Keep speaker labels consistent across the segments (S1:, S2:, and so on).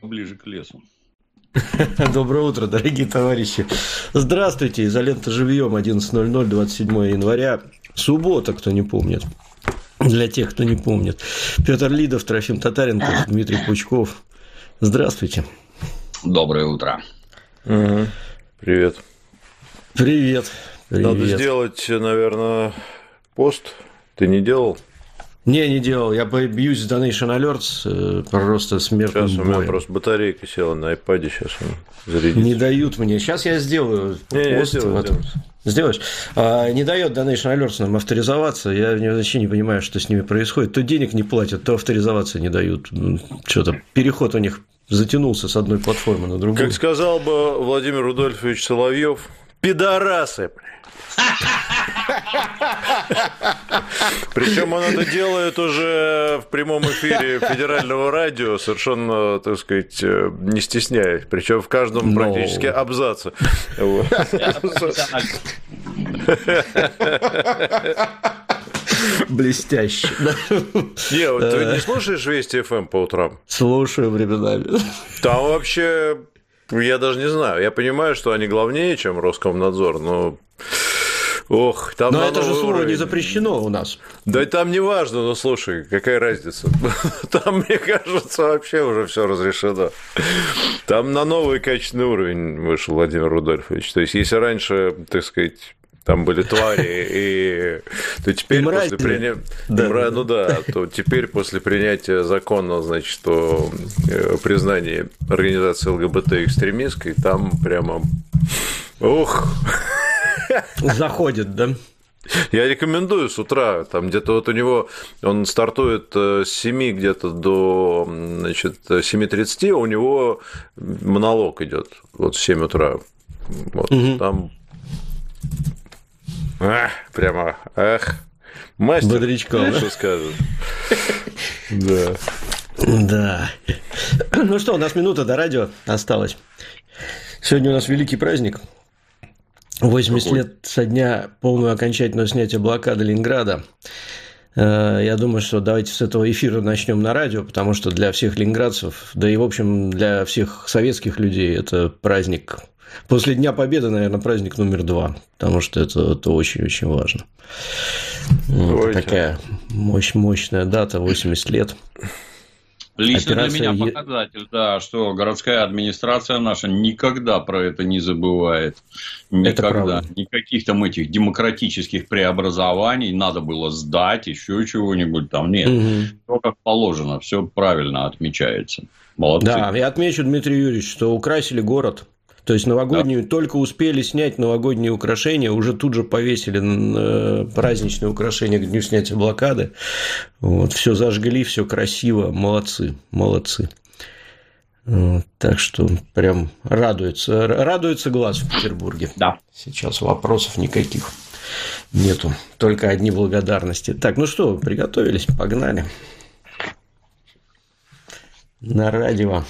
S1: ближе к лесу.
S2: Доброе утро, дорогие товарищи. Здравствуйте. Изолента живьем. 11:00, 27 января. Суббота, кто не помнит. Для тех, кто не помнит. Петр Лидов, Трофим Татаренков, Дмитрий Пучков. Здравствуйте.
S1: Доброе утро.
S3: Угу. Привет.
S2: Привет.
S3: Надо сделать, наверное, пост. Ты не делал?
S2: Не делал. Я бьюсь с Donation Alerts просто смертным
S3: Сейчас у
S2: боем.
S3: меня просто батарейка села на iPad, сейчас он зарядится.
S2: Не дают мне. Сейчас я сделаю пост. Сделаешь? Не дает Donation Alerts нам авторизоваться. Я вообще не понимаю, что с ними происходит. То денег не платят, то авторизоваться не дают. Что-то переход у них затянулся с одной платформы на другую.
S3: Как сказал бы Владимир Рудольфович Соловьев, пидорасы. Причем он это делает уже в прямом эфире федерального радио, совершенно, так сказать, не стесняясь. Причем в каждом практически абзаце.
S2: Блестяще.
S3: Не, вот ты не слушаешь Вести ФМ по утрам?
S2: Слушаю временами.
S3: Там вообще, я даже не знаю. Я понимаю, что они главнее, чем Роскомнадзор, но... Ох, там
S2: но это же слово не запрещено у нас.
S3: Да и там не важно, но слушай, какая разница? Там, мне кажется, вообще уже все разрешено. Там на новый качественный уровень вышел Владимир Рудольфович. То есть, если раньше, так сказать, там были твари, то теперь после принятия... то теперь после принятия закона, значит, о признании организации ЛГБТ экстремистской, там прямо... Ух...
S2: Заходит, да?
S3: Я рекомендую с утра, там где-то вот у него, он стартует с 7 где-то до, значит, 7:30, у него монолог идет вот в 7 утра. Вот, там прямо, мастер,
S2: бодрячком,
S3: что скажешь.
S2: Да. Ну что, у нас минута до радио осталась. Сегодня у нас великий праздник. 80 лет со дня полного окончательного снятия блокады Ленинграда. Я думаю, что давайте с этого эфира начнем на радио, потому что для всех ленинградцев, да и, в общем, для всех советских людей это праздник. После Дня Победы, наверное, праздник номер 2, потому что это очень-очень важно. Такая мощная дата, 80 лет.
S1: Лично для меня показатель, да, что городская администрация наша никогда про это не забывает. Никогда. Никаких там этих демократических преобразований надо было сдать, еще чего-нибудь там. Нет, все как положено, все правильно отмечается. Молодцы.
S2: Да, я отмечу, Дмитрий Юрьевич, что украсили город. То есть новогоднюю, только успели снять новогодние украшения, уже тут же повесили праздничные украшения к дню снятия блокады. Вот, все зажгли, все красиво, молодцы. Так что прям радуется глаз в Петербурге.
S1: Да.
S2: Сейчас вопросов никаких нету, только одни благодарности. Так, ну что, приготовились, погнали. На радио.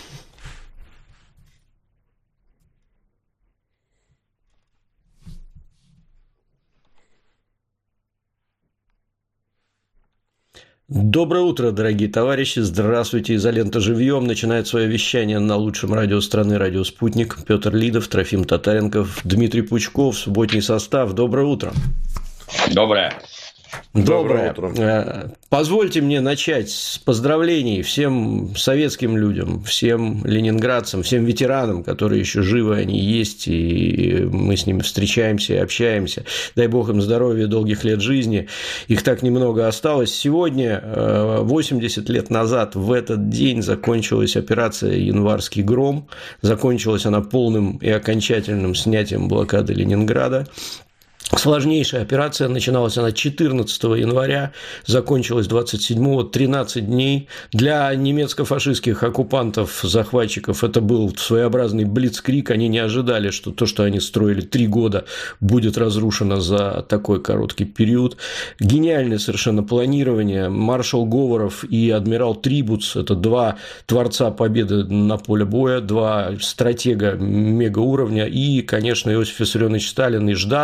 S2: Доброе утро, дорогие товарищи. Здравствуйте. Изолента живьем начинает свое вещание на лучшем радио страны «Радио Спутник». Петр Лидов, Трофим Татаренков, Дмитрий Пучков. Субботний состав. Доброе утро.
S1: Доброе
S2: утро. Позвольте мне начать с поздравлений всем советским людям, всем ленинградцам, всем ветеранам, которые еще живы, они есть, и мы с ними встречаемся и общаемся. Дай бог им здоровья, долгих лет жизни. Их так немного осталось. Сегодня, 80 лет назад, в этот день закончилась операция «Январский гром». Закончилась она полным и окончательным снятием блокады Ленинграда. Сложнейшая операция, начиналась она 14 января, закончилась 27-го, 13 дней. Для немецко-фашистских оккупантов, захватчиков, это был своеобразный блицкриг. Они не ожидали, что то, что они строили 3 года, будет разрушено за такой короткий период. Гениальное совершенно планирование. Маршал Говоров и адмирал Трибуц – это два творца победы на поле боя, два стратега мегауровня. И, конечно, Иосиф Виссарионович Сталин и Жданов,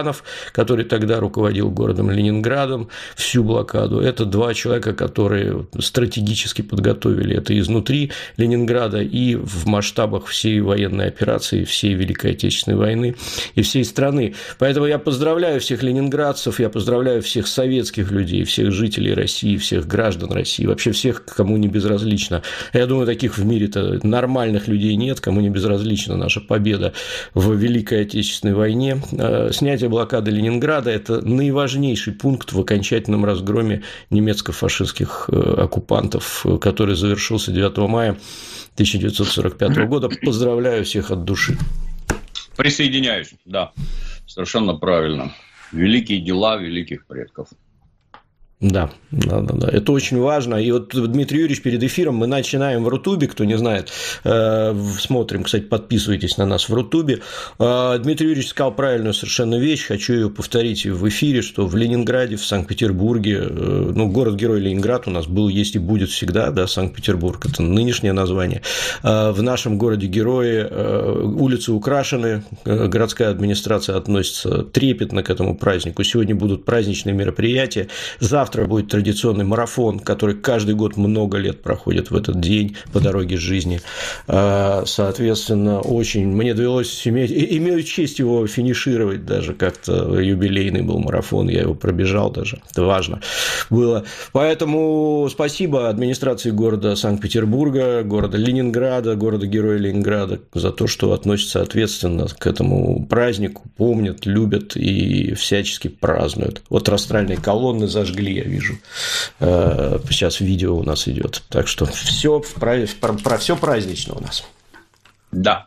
S2: который тогда руководил городом Ленинградом всю блокаду. Это два человека, которые стратегически подготовили это изнутри Ленинграда и в масштабах всей военной операции, всей Великой Отечественной войны и всей страны. Поэтому я поздравляю всех ленинградцев, я поздравляю всех советских людей, всех жителей России, всех граждан России, вообще всех, кому не безразлично. Я думаю, таких в мире-то нормальных людей нет, кому не безразлична наша победа в Великой Отечественной войне. Снятие блокады Ленинграда – это наиважнейший пункт в окончательном разгроме немецко-фашистских оккупантов, который завершился 9 мая 1945 года. Поздравляю всех от души.
S1: Присоединяюсь, да, совершенно правильно. Великие дела великих предков.
S2: Да, это очень важно. И вот, Дмитрий Юрьевич, перед эфиром мы начинаем в Рутубе, кто не знает, смотрим, кстати, подписывайтесь на нас в Рутубе. Дмитрий Юрьевич сказал правильную совершенно вещь, хочу ее повторить в эфире, что в Ленинграде, в Санкт-Петербурге, город-герой Ленинград у нас был, есть и будет всегда, да, Санкт-Петербург, это нынешнее название. В нашем городе-герое улицы украшены, городская администрация относится трепетно к этому празднику. Сегодня будут праздничные мероприятия, завтра будет традиционный марафон, который каждый год много лет проходит в этот день по дороге жизни. Соответственно, очень мне довелось имею честь его финишировать даже как-то, юбилейный был марафон, я его пробежал даже, это важно было. Поэтому спасибо администрации города Санкт-Петербурга, города Ленинграда, города-героя Ленинграда за то, что относятся ответственно к этому празднику, помнят, любят и всячески празднуют. Вот астральные колонны зажгли, я вижу. Сейчас видео у нас идет. Так что все про все празднично у нас.
S1: Да.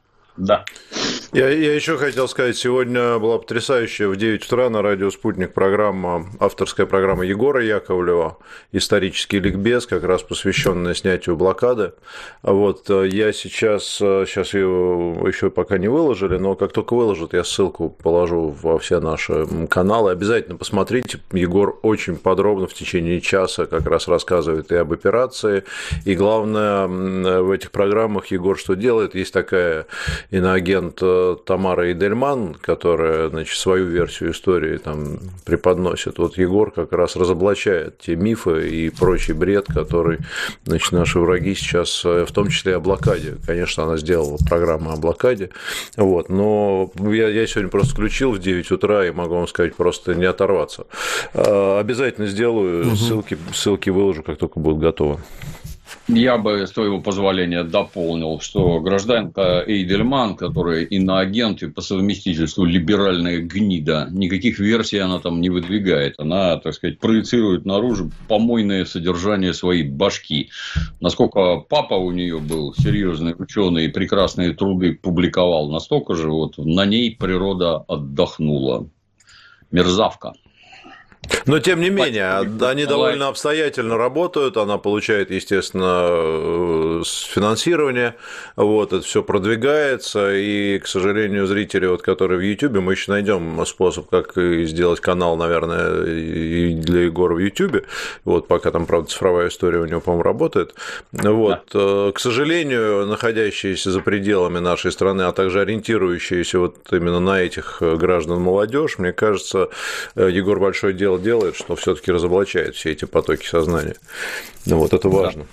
S3: Я еще хотел сказать, сегодня была потрясающая в 9 утра на радио «Спутник» авторская программа Егора Яковлева «Исторический ликбез», как раз посвященная снятию блокады. Вот, я сейчас ее еще пока не выложили, но как только выложат, я ссылку положу во все наши каналы. Обязательно посмотрите, Егор очень подробно в течение часа как раз рассказывает и об операции, и главное, в этих программах Егор что делает, есть такая иноагент Тамара Идельман, которая, значит, свою версию истории там преподносит. Вот Егор как раз разоблачает те мифы и прочий бред, который, значит, наши враги сейчас, в том числе о блокаде. Конечно, она сделала программу о блокаде, вот, но я сегодня просто включил в 9 утра и могу вам сказать, просто не оторваться. Обязательно сделаю, ссылки выложу, как только будут готовы.
S1: Я бы, с твоего позволения, дополнил, что гражданка Эйдельман, которая иноагент и по совместительству либеральная гнида, никаких версий она там не выдвигает. Она, так сказать, проецирует наружу помойное содержание своей башки. Насколько папа у нее был серьезный ученый и прекрасные труды публиковал, настолько же вот на ней природа отдохнула. Мерзавка.
S3: Но, тем не менее, они довольно обстоятельно работают, она получает, естественно, финансирование, вот, это все продвигается, и, к сожалению, зрители, вот, которые в YouTube, мы еще найдем способ, как сделать канал, наверное, и для Егора в YouTube, вот, пока там, правда, цифровая история у него, по-моему, работает, вот, да. К сожалению, находящиеся за пределами нашей страны, а также ориентирующиеся вот именно на этих граждан молодежь, мне кажется, Егор большое дело делает, что все-таки разоблачает все эти потоки сознания. Ну, вот это важно.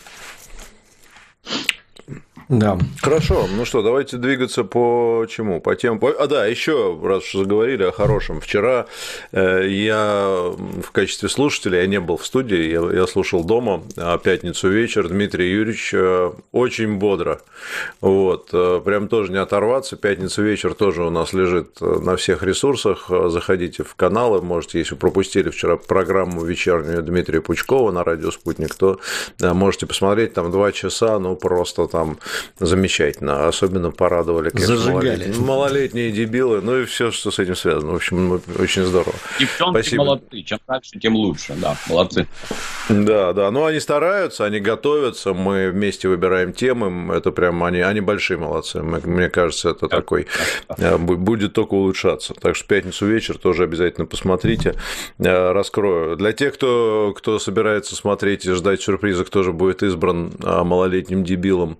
S2: Да.
S3: Хорошо, ну что, давайте двигаться по чему? По тем. Да, еще раз уж заговорили о хорошем. Вчера я в качестве слушателя, я не был в студии, я слушал дома, пятницу вечер, Дмитрий Юрьевич очень бодро. Вот, прям тоже не оторваться. Пятница вечер тоже у нас лежит на всех ресурсах. Заходите в каналы, можете, если пропустили вчера программу вечернюю Дмитрия Пучкова на радио «Спутник», то можете посмотреть, там 2 часа, ну просто там замечательно. Особенно порадовали, конечно, малолетние дебилы, ну и все, что с этим связано. В общем, очень здорово.
S1: Девчонки молодцы, чем дальше, тем лучше, да, молодцы.
S3: Да, ну они стараются, они готовятся, мы вместе выбираем темы, это прям они большие молодцы, мне кажется, это такой, будет только улучшаться. Так что пятницу вечер тоже обязательно посмотрите, раскрою. Для тех, кто собирается смотреть и ждать сюрприза, кто же будет избран малолетним дебилом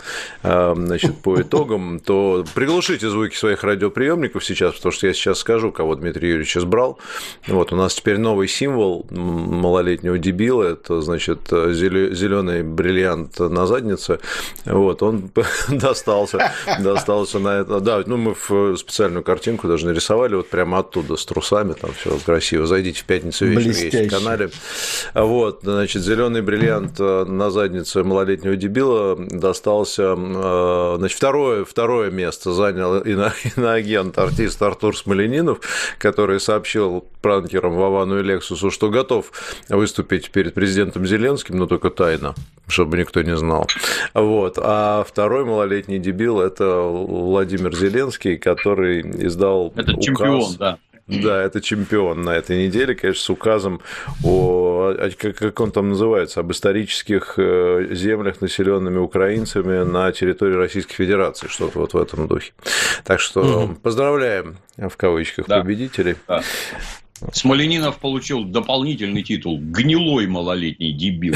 S3: значит, по итогам, то приглушите звуки своих радиоприемников сейчас, потому что я сейчас скажу, кого Дмитрий Юрьевич избрал. Вот у нас теперь новый символ малолетнего дебила, это, значит, зеленый бриллиант на заднице. Вот, он достался на это. Да, ну, мы в специальную картинку даже нарисовали, вот прямо оттуда, с трусами, там все красиво. Зайдите в пятницу вечером, есть в канале. Вот, значит, зеленый бриллиант на заднице малолетнего дебила достался. Значит, второе место занял иноагент, артист Артур Смольянинов, который сообщил пранкерам Вовану и Лексусу, что готов выступить перед президентом Зеленским, но только тайно, чтобы никто не знал. Вот. А второй малолетний дебил – это Владимир Зеленский, который издал
S1: это
S3: указ.
S1: Чемпион, да.
S3: Да, это чемпион на этой неделе, конечно, с указом как он там называется, об исторических землях, населенными украинцами на территории Российской Федерации, что-то вот в этом духе. Так что поздравляем, в кавычках, победителей. Да.
S1: Смольянинов получил дополнительный титул «Гнилой малолетний дебил».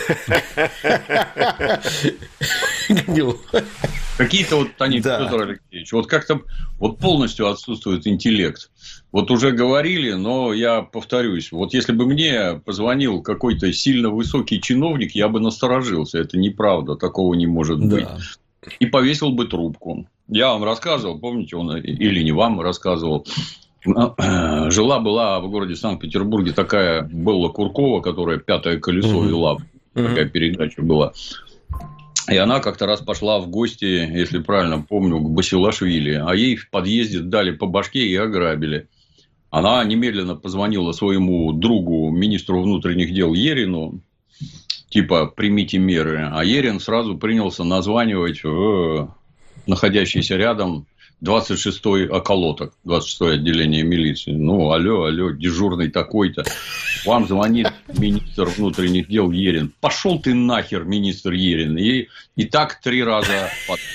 S1: Какие-то вот они, Петр Алексеевич, вот как-то вот полностью отсутствует интеллект. Вот уже говорили, но я повторюсь. Вот если бы мне позвонил какой-то сильно высокий чиновник, я бы насторожился. Это неправда, такого не может быть. И повесил бы трубку. Я вам рассказывал, помните, он или не вам рассказывал. Жила-была в городе Санкт-Петербурге такая Белла Куркова, которая «Пятое колесо» вела. Такая передача была. И она как-то раз пошла в гости, если правильно помню, к Басилашвили. А ей в подъезде дали по башке и ограбили. Она немедленно позвонила своему другу, министру внутренних дел Ерину. Типа, примите меры. А Ерин сразу принялся названивать находящийся рядом 26-й околоток, 26-е отделение милиции. Ну, алло, дежурный такой-то. Вам звонит министр внутренних дел Ерин. Пошел ты нахер, министр Ерин. И так 3 раза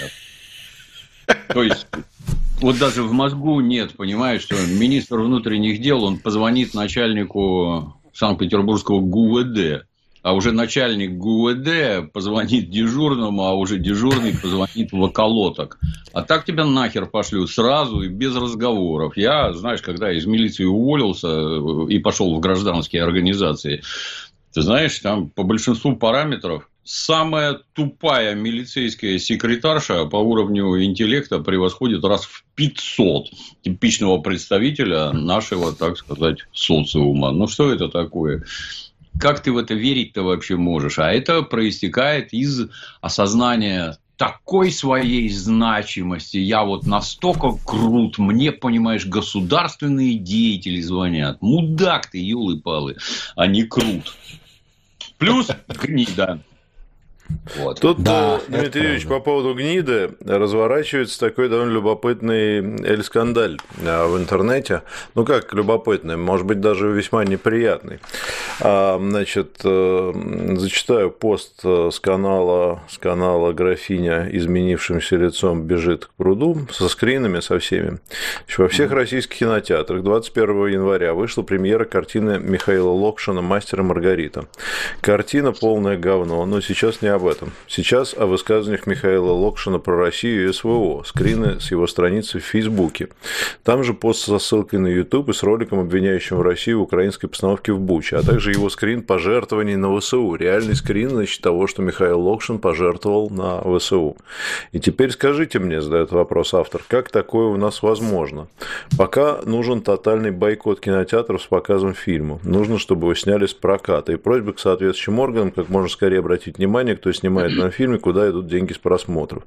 S1: подряд. То есть, вот даже в мозгу нет, понимаешь, что министр внутренних дел, он позвонит начальнику Санкт-Петербургского ГУВД. А уже начальник ГУВД позвонит дежурному, а уже дежурный позвонит в околоток. А так тебя нахер пошлют сразу и без разговоров. Я, знаешь, когда из милиции уволился и пошел в гражданские организации, ты знаешь, там по большинству параметров самая тупая милицейская секретарша по уровню интеллекта превосходит раз в 500 типичного представителя нашего, так сказать, социума. Ну, что это такое? Как ты в это верить-то вообще можешь? А это проистекает из осознания такой своей значимости. Я вот настолько крут. Мне, понимаешь, государственные деятели звонят. Мудак ты, елы-палы, а не крут. Плюс гнида.
S3: Вот. Тут, Дмитрий Юрьевич, по поводу гниды разворачивается такой довольно любопытный эль-скандаль в интернете. Ну, как любопытный, может быть, даже весьма неприятный. Значит, зачитаю пост с канала «Графиня изменившимся лицом бежит к пруду» со скринами, со всеми. Во всех российских кинотеатрах 21 января вышла премьера картины Михаила Локшина «Мастер и Маргарита». Картина полное говно, но сейчас не об этом. Сейчас о высказываниях Михаила Локшина про Россию и СВО. Скрины с его страницы в Фейсбуке. Там же пост со ссылкой на YouTube и с роликом, обвиняющим в Россию в украинской постановке в Буче, а также его скрин пожертвований на ВСУ. Реальный скрин, значит, того, что Михаил Локшин пожертвовал на ВСУ. И теперь скажите мне, задает вопрос автор, как такое у нас возможно? Пока нужен тотальный бойкот кинотеатров с показом фильма. Нужно, чтобы его сняли с проката. И просьба к соответствующим органам как можно скорее обратить внимание, кто снимает на фильме, куда идут деньги с просмотров.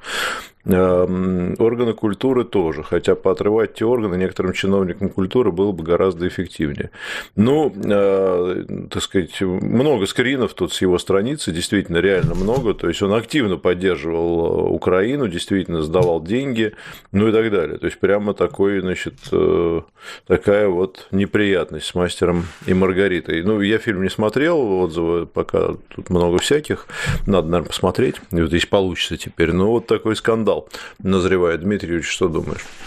S3: Органы культуры тоже, хотя поотрывать те органы некоторым чиновникам культуры было бы гораздо эффективнее. Ну, так сказать, много скринов тут с его страницы, действительно, реально много, то есть он активно поддерживал Украину, действительно сдавал деньги, ну и так далее. То есть прямо такой, значит, такая вот неприятность с «Мастером и Маргаритой». Ну, я фильм не смотрел, отзывы пока тут много всяких, надо, наверное, посмотреть, вот если получится теперь. Но вот такой скандал назревает. Дмитрий Юрьевич, что думаешь?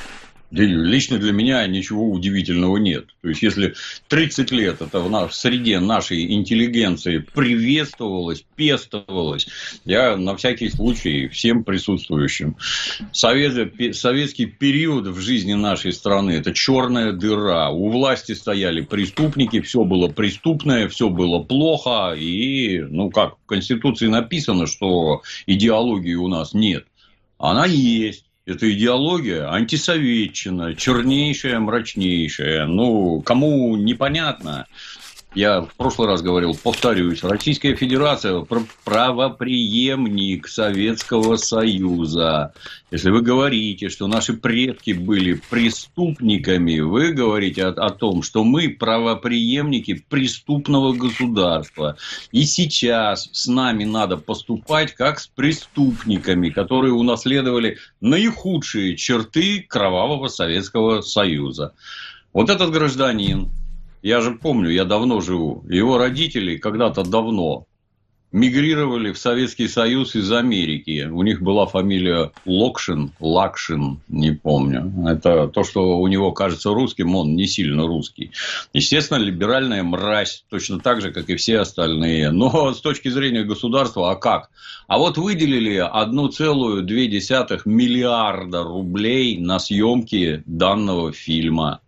S1: Лично для меня ничего удивительного нет. То есть, если 30 лет это в среде нашей интеллигенции приветствовалось, пестовалось, я на всякий случай всем присутствующим. Советский период в жизни нашей страны – это черная дыра. У власти стояли преступники, все было преступное, все было плохо. И, как в Конституции написано, что идеологии у нас нет. Она есть. Это идеология антисоветчина, чернейшая, мрачнейшая. Кому непонятно, я в прошлый раз говорил, повторюсь, Российская Федерация правопреемник Советского Союза. Если вы говорите, что наши предки были преступниками, вы говорите о том, что мы правопреемники преступного государства. И сейчас с нами надо поступать как с преступниками, которые унаследовали наихудшие черты кровавого Советского Союза. Вот этот гражданин, я же помню, я давно живу. Его родители когда-то давно мигрировали в Советский Союз из Америки. У них была фамилия Лакшин, не помню. Это то, что у него кажется русским, он не сильно русский. Естественно, либеральная мразь, точно так же, как и все остальные. Но с точки зрения государства, а как? А вот выделили 1,2 миллиарда рублей на съемки данного фильма.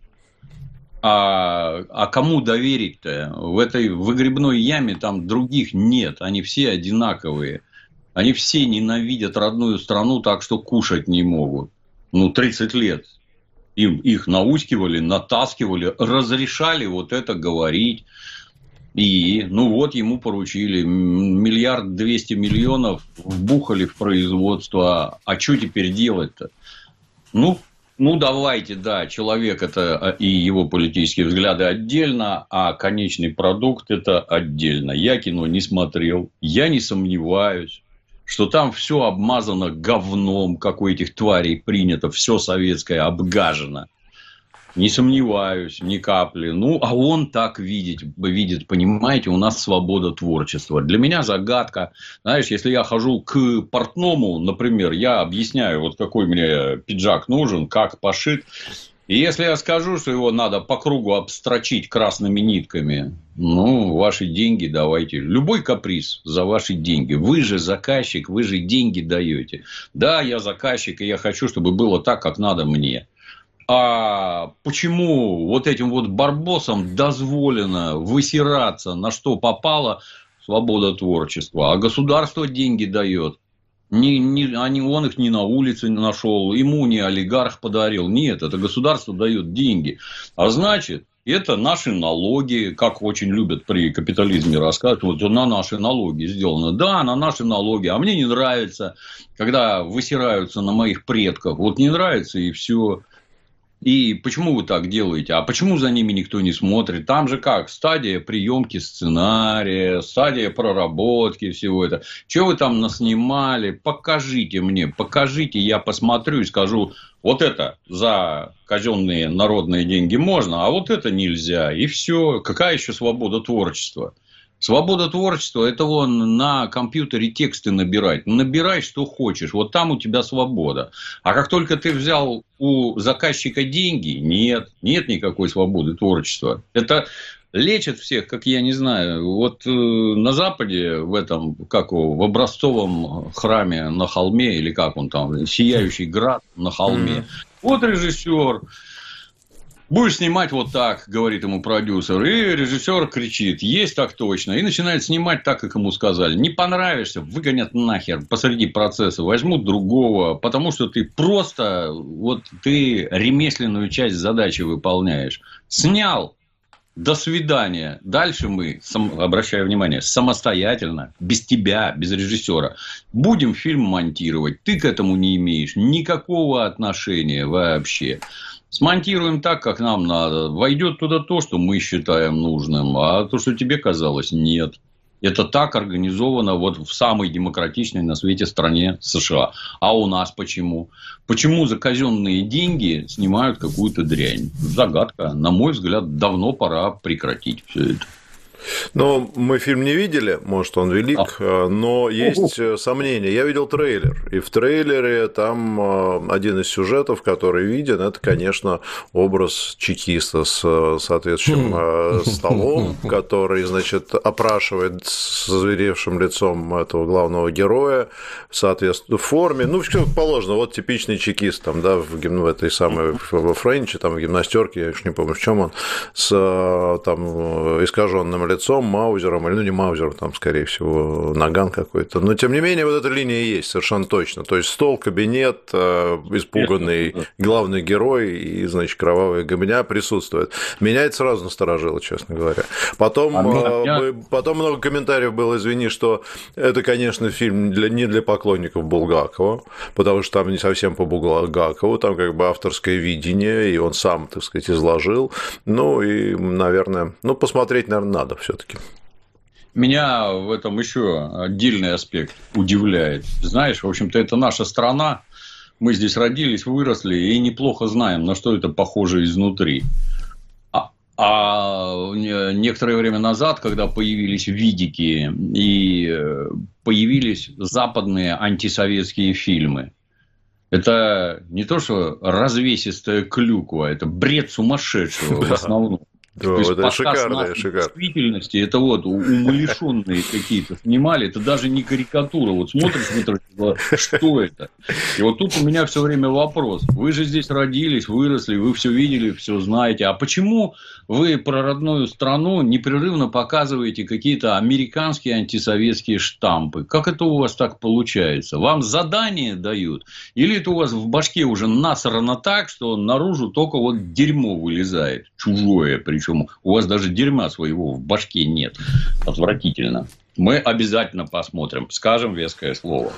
S1: А кому доверить-то? В этой выгребной яме там других нет. Они все одинаковые. Они все ненавидят родную страну так, что кушать не могут. 30 лет. Их наускивали, натаскивали, разрешали вот это говорить. И, ему поручили 1 200 000 000 вбухали в производство. А что теперь делать-то? Давайте, да, человек это и его политические взгляды отдельно, а конечный продукт это отдельно. Я кино не смотрел, я не сомневаюсь, что там все обмазано говном, как у этих тварей принято, все советское обгажено. Не сомневаюсь, ни капли. А он так видит, понимаете, у нас свобода творчества. Для меня загадка. Знаешь, если я хожу к портному, например, я объясняю, вот какой мне пиджак нужен, как пошит. И если я скажу, что его надо по кругу обстрочить красными нитками, ваши деньги давайте. Любой каприз за ваши деньги. Вы же заказчик, вы же деньги даете. Да, я заказчик, и я хочу, чтобы было так, как надо мне. А почему вот этим вот барбосам дозволено высираться на что попало, свобода творчества, а государство деньги дает? Он их не на улице нашел, ему не олигарх подарил. Нет, это государство дает деньги. А значит, это наши налоги, как очень любят при капитализме рассказывать, вот на наши налоги сделано. Да, на наши налоги. А мне не нравится, когда высираются на моих предков. Вот не нравится и все. И почему вы так делаете? А почему за ними никто не смотрит? Там же как? Стадия приемки сценария, стадия проработки всего это. Что вы там наснимали? Покажите мне, я посмотрю и скажу, вот это за казенные народные деньги можно, а вот это нельзя. И все. Какая еще свобода творчества? Свобода творчества – это на компьютере тексты набирать. Набирай, что хочешь. Вот там у тебя свобода. А как только ты взял у заказчика деньги, нет никакой свободы творчества. Это лечат всех, как я не знаю. Вот на Западе, в Образцовом храме на холме, или как он там, Сияющий град на холме. Вот режиссер. Будешь снимать вот так, говорит ему продюсер, и режиссер кричит, есть так точно, и начинает снимать так, как ему сказали. Не понравишься, выгонят нахер посреди процесса, возьмут другого, потому что ты просто, ты ремесленную часть задачи выполняешь. Снял, до свидания. Дальше мы, обращаю внимание, самостоятельно, без тебя, без режиссера, будем фильм монтировать. Ты к этому не имеешь никакого отношения вообще. Смонтируем так, как нам надо. Войдет туда то, что мы считаем нужным, а то, что тебе казалось, нет. Это так организовано в самой демократичной на свете стране США. А у нас почему? Почему за казенные деньги снимают какую-то дрянь? Загадка. На мой взгляд, давно пора прекратить все это.
S3: Ну, мы фильм не видели, может, он велик, но есть сомнения. Я видел трейлер, и в трейлере там один из сюжетов, который виден, это, конечно, образ чекиста с соответствующим столом, который, значит, опрашивает с озверевшим лицом этого главного героя в соответствующей форме. Ну, все положено, вот типичный чекист, там, да, в этой самой френче, там, в гимнастерке, я уж не помню, в чем он, с там искаженным лицом, маузером, или, ну, не маузером, там, скорее всего, наган какой-то. Но, тем не менее, вот эта линия есть совершенно точно. То есть, стол, кабинет, испуганный главный герой и, значит, кровавая гобня присутствует. Меня это сразу насторожило, честно говоря. Потом много комментариев было, извини, что это, конечно, фильм не для поклонников Булгакова, потому что там не совсем по Булгакову, там как бы авторское видение, и он сам, так сказать, изложил. Ну, и, наверное, посмотреть, наверное, надо все-таки.
S1: Меня в этом еще отдельный аспект удивляет. Знаешь, в общем-то, это наша страна. Мы здесь родились, выросли и неплохо знаем, на что это похоже изнутри. А некоторое время назад, когда появились видики и появились западные антисоветские фильмы, это не то, что развесистая клюква, это бред сумасшедшего в основном.
S3: Да,
S1: то есть
S3: это шикарно.
S1: Действительности это вот умалишенные какие-то снимали, это даже не карикатура. Вот смотришь, что это? И вот тут у меня все время вопрос. Вы же здесь родились, выросли, вы все видели, все знаете. А почему вы про родную страну непрерывно показываете какие-то американские антисоветские штампы? Как это у вас так получается? Вам задание дают? Или это у вас в башке уже насрано так, что наружу только вот дерьмо вылезает? Чужое причем. У вас даже дерьма своего в башке нет. Отвратительно. Мы обязательно посмотрим. Скажем веское слово.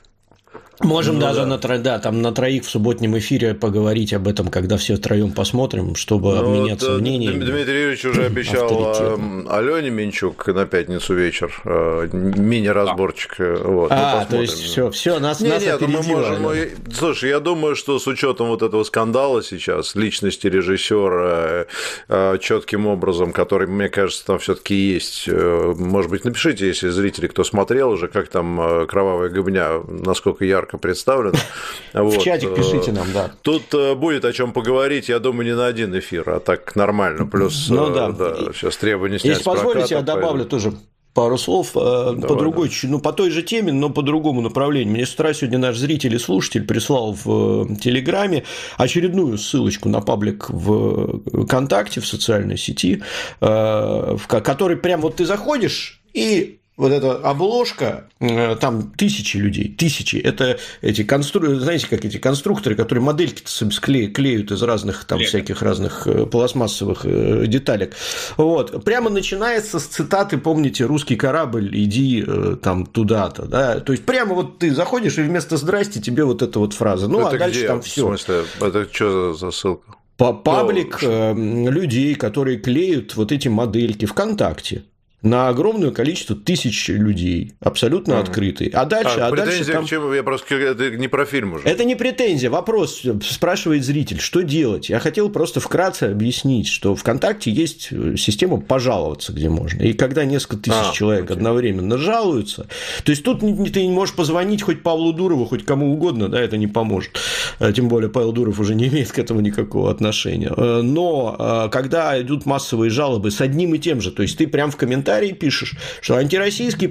S2: Можем даже на троих в субботнем эфире поговорить об этом, когда все втроем посмотрим, чтобы обменяться мнениями.
S3: Дмитрий Юрьевич уже обещал Алене Минчук на пятницу вечер мини-разборчик. Вот,
S2: то есть все, нас опередило.
S3: Слушай, я думаю, что с учетом вот этого скандала сейчас, личности режиссера четким образом, который, мне кажется, там все-таки есть. Может быть, напишите, если зрители, кто смотрел уже, как там кровавая гобня, насколько ярко представлено.
S2: В чатик пишите нам, да.
S3: Тут будет о чем поговорить, я думаю, не на один эфир, а так нормально. Плюс сейчас требования снять с проката.
S2: Если позволите, я добавлю тоже пару слов по той же теме, но по другому направлению. Мне с утра сегодня наш зритель и слушатель прислал в Телеграме очередную ссылочку на паблик в ВКонтакте, в социальной сети, в который прям вот ты заходишь и... Вот эта обложка, там тысячи людей, это эти знаете, как эти конструкторы, которые модельки клеют из разных там всяких разных пластмассовых деталек. Вот. Прямо начинается с цитаты, помните, «Русский корабль, иди там туда-то». Да? То есть, прямо вот ты заходишь, и вместо «здрасте» тебе вот эта вот фраза. Ну, это а дальше там все.
S3: В смысле, это что за ссылка?
S2: Паблик людей, которые клеют вот эти модельки ВКонтакте. На огромное количество тысяч людей, абсолютно открытые. А дальше
S3: претензия
S2: там...
S3: к чему? Я просто... Это не про фильм уже.
S2: Это не претензия, вопрос. Спрашивает зритель, что делать? Я хотел просто вкратце объяснить, что ВКонтакте есть система пожаловаться, где можно. И когда несколько тысяч человек одновременно жалуются, то есть тут ты не можешь позвонить хоть Павлу Дурову, хоть кому угодно, да, это не поможет. Тем более Павел Дуров уже не имеет к этому никакого отношения. Но когда идут массовые жалобы с одним и тем же, то есть ты прям в комментариях пишешь, что антироссийские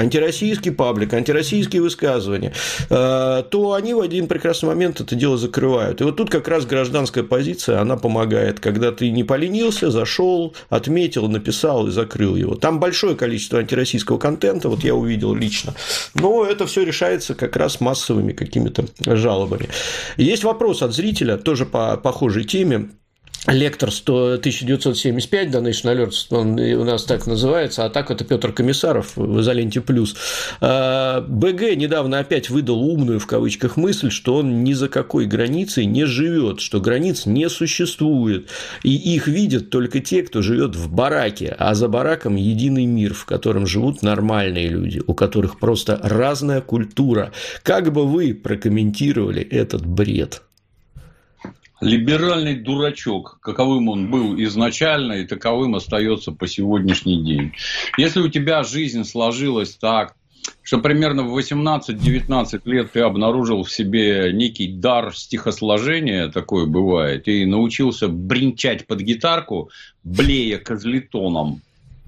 S2: высказывания, то они в один прекрасный момент это дело закрывают. И вот тут как раз гражданская позиция, она помогает, когда ты не поленился, зашел, отметил, написал и закрыл его. Там большое количество антироссийского контента, вот я увидел лично, но это все решается как раз массовыми какими-то жалобами. Есть вопрос от зрителя, тоже по похожей теме. Лектор 1975, Donation Alert, он у нас так называется, а так это Петр Комиссаров в «Изоленте плюс». БГ недавно опять выдал умную, в кавычках, мысль, что он ни за какой границей не живет, что границ не существует, и их видят только те, кто живет в бараке, а за бараком единый мир, в котором живут нормальные люди, у которых просто разная культура. Как бы вы прокомментировали этот бред?
S1: Либеральный дурачок, каковым он был изначально и таковым остается по сегодняшний день. Если у тебя жизнь сложилась так, что примерно в 18-19 лет ты обнаружил в себе некий дар стихосложения, такое бывает, и научился бренчать под гитарку, блея козлетоном,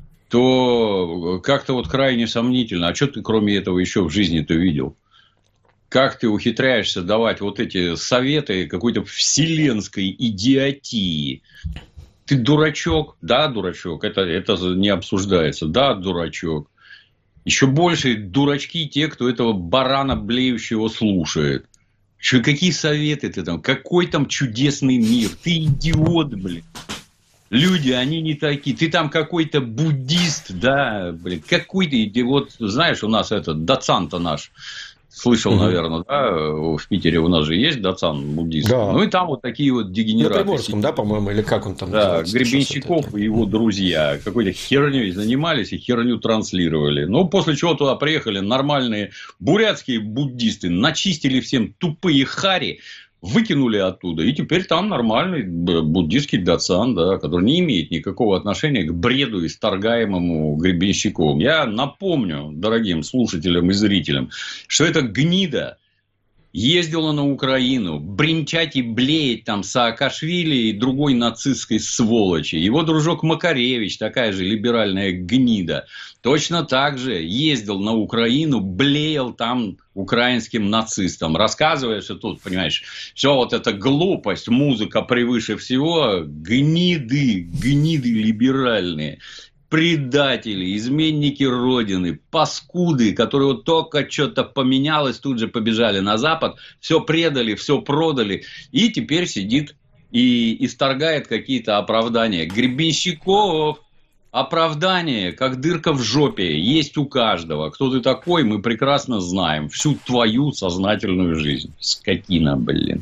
S1: то как-то вот крайне сомнительно. А что ты кроме этого еще в жизни-то видел? Как ты ухитряешься давать вот эти советы какой-то вселенской идиотии? Ты дурачок? Да, дурачок. Это не обсуждается. Да, дурачок. Еще больше дурачки те, кто этого барана блеющего слушает. Какие советы ты там? Какой там чудесный мир? Ты идиот, блин. Люди, они не такие. Ты там какой-то буддист, да, блин. Какой ты, вот знаешь, у нас этот доцент-то наш. Слышал, наверное, да, в Питере у нас же есть доцент буддист. Да. Ну, и там вот такие вот дегенераты.
S2: На Приморском, да, по-моему, или как он там
S1: называется? Да, Гребенщиков и его друзья какой-то херней занимались и херню транслировали. Ну, после чего туда приехали нормальные бурятские буддисты, начистили всем тупые хари, выкинули оттуда, и теперь там нормальный буддистский доцент, да, который не имеет никакого отношения к бреду, исторгаемому Гребенщиковым. Я напомню дорогим слушателям и зрителям, что эта гнида ездила на Украину бренчать и блеять там Саакашвили и другой нацистской сволочи. Его дружок Макаревич, такая же либеральная гнида, точно так же ездил на Украину, блеял там украинским нацистам, рассказывая, что тут, понимаешь, все вот эта глупость, музыка превыше всего, гниды либеральные. Предатели, изменники Родины, паскуды, которые вот только что-то поменялось, тут же побежали на Запад, все предали, все продали, и теперь сидит и исторгает какие-то оправдания. Гребенщиков, оправдание, как дырка в жопе, есть у каждого. Кто ты такой, мы прекрасно знаем. Всю твою сознательную жизнь. Скотина, блин.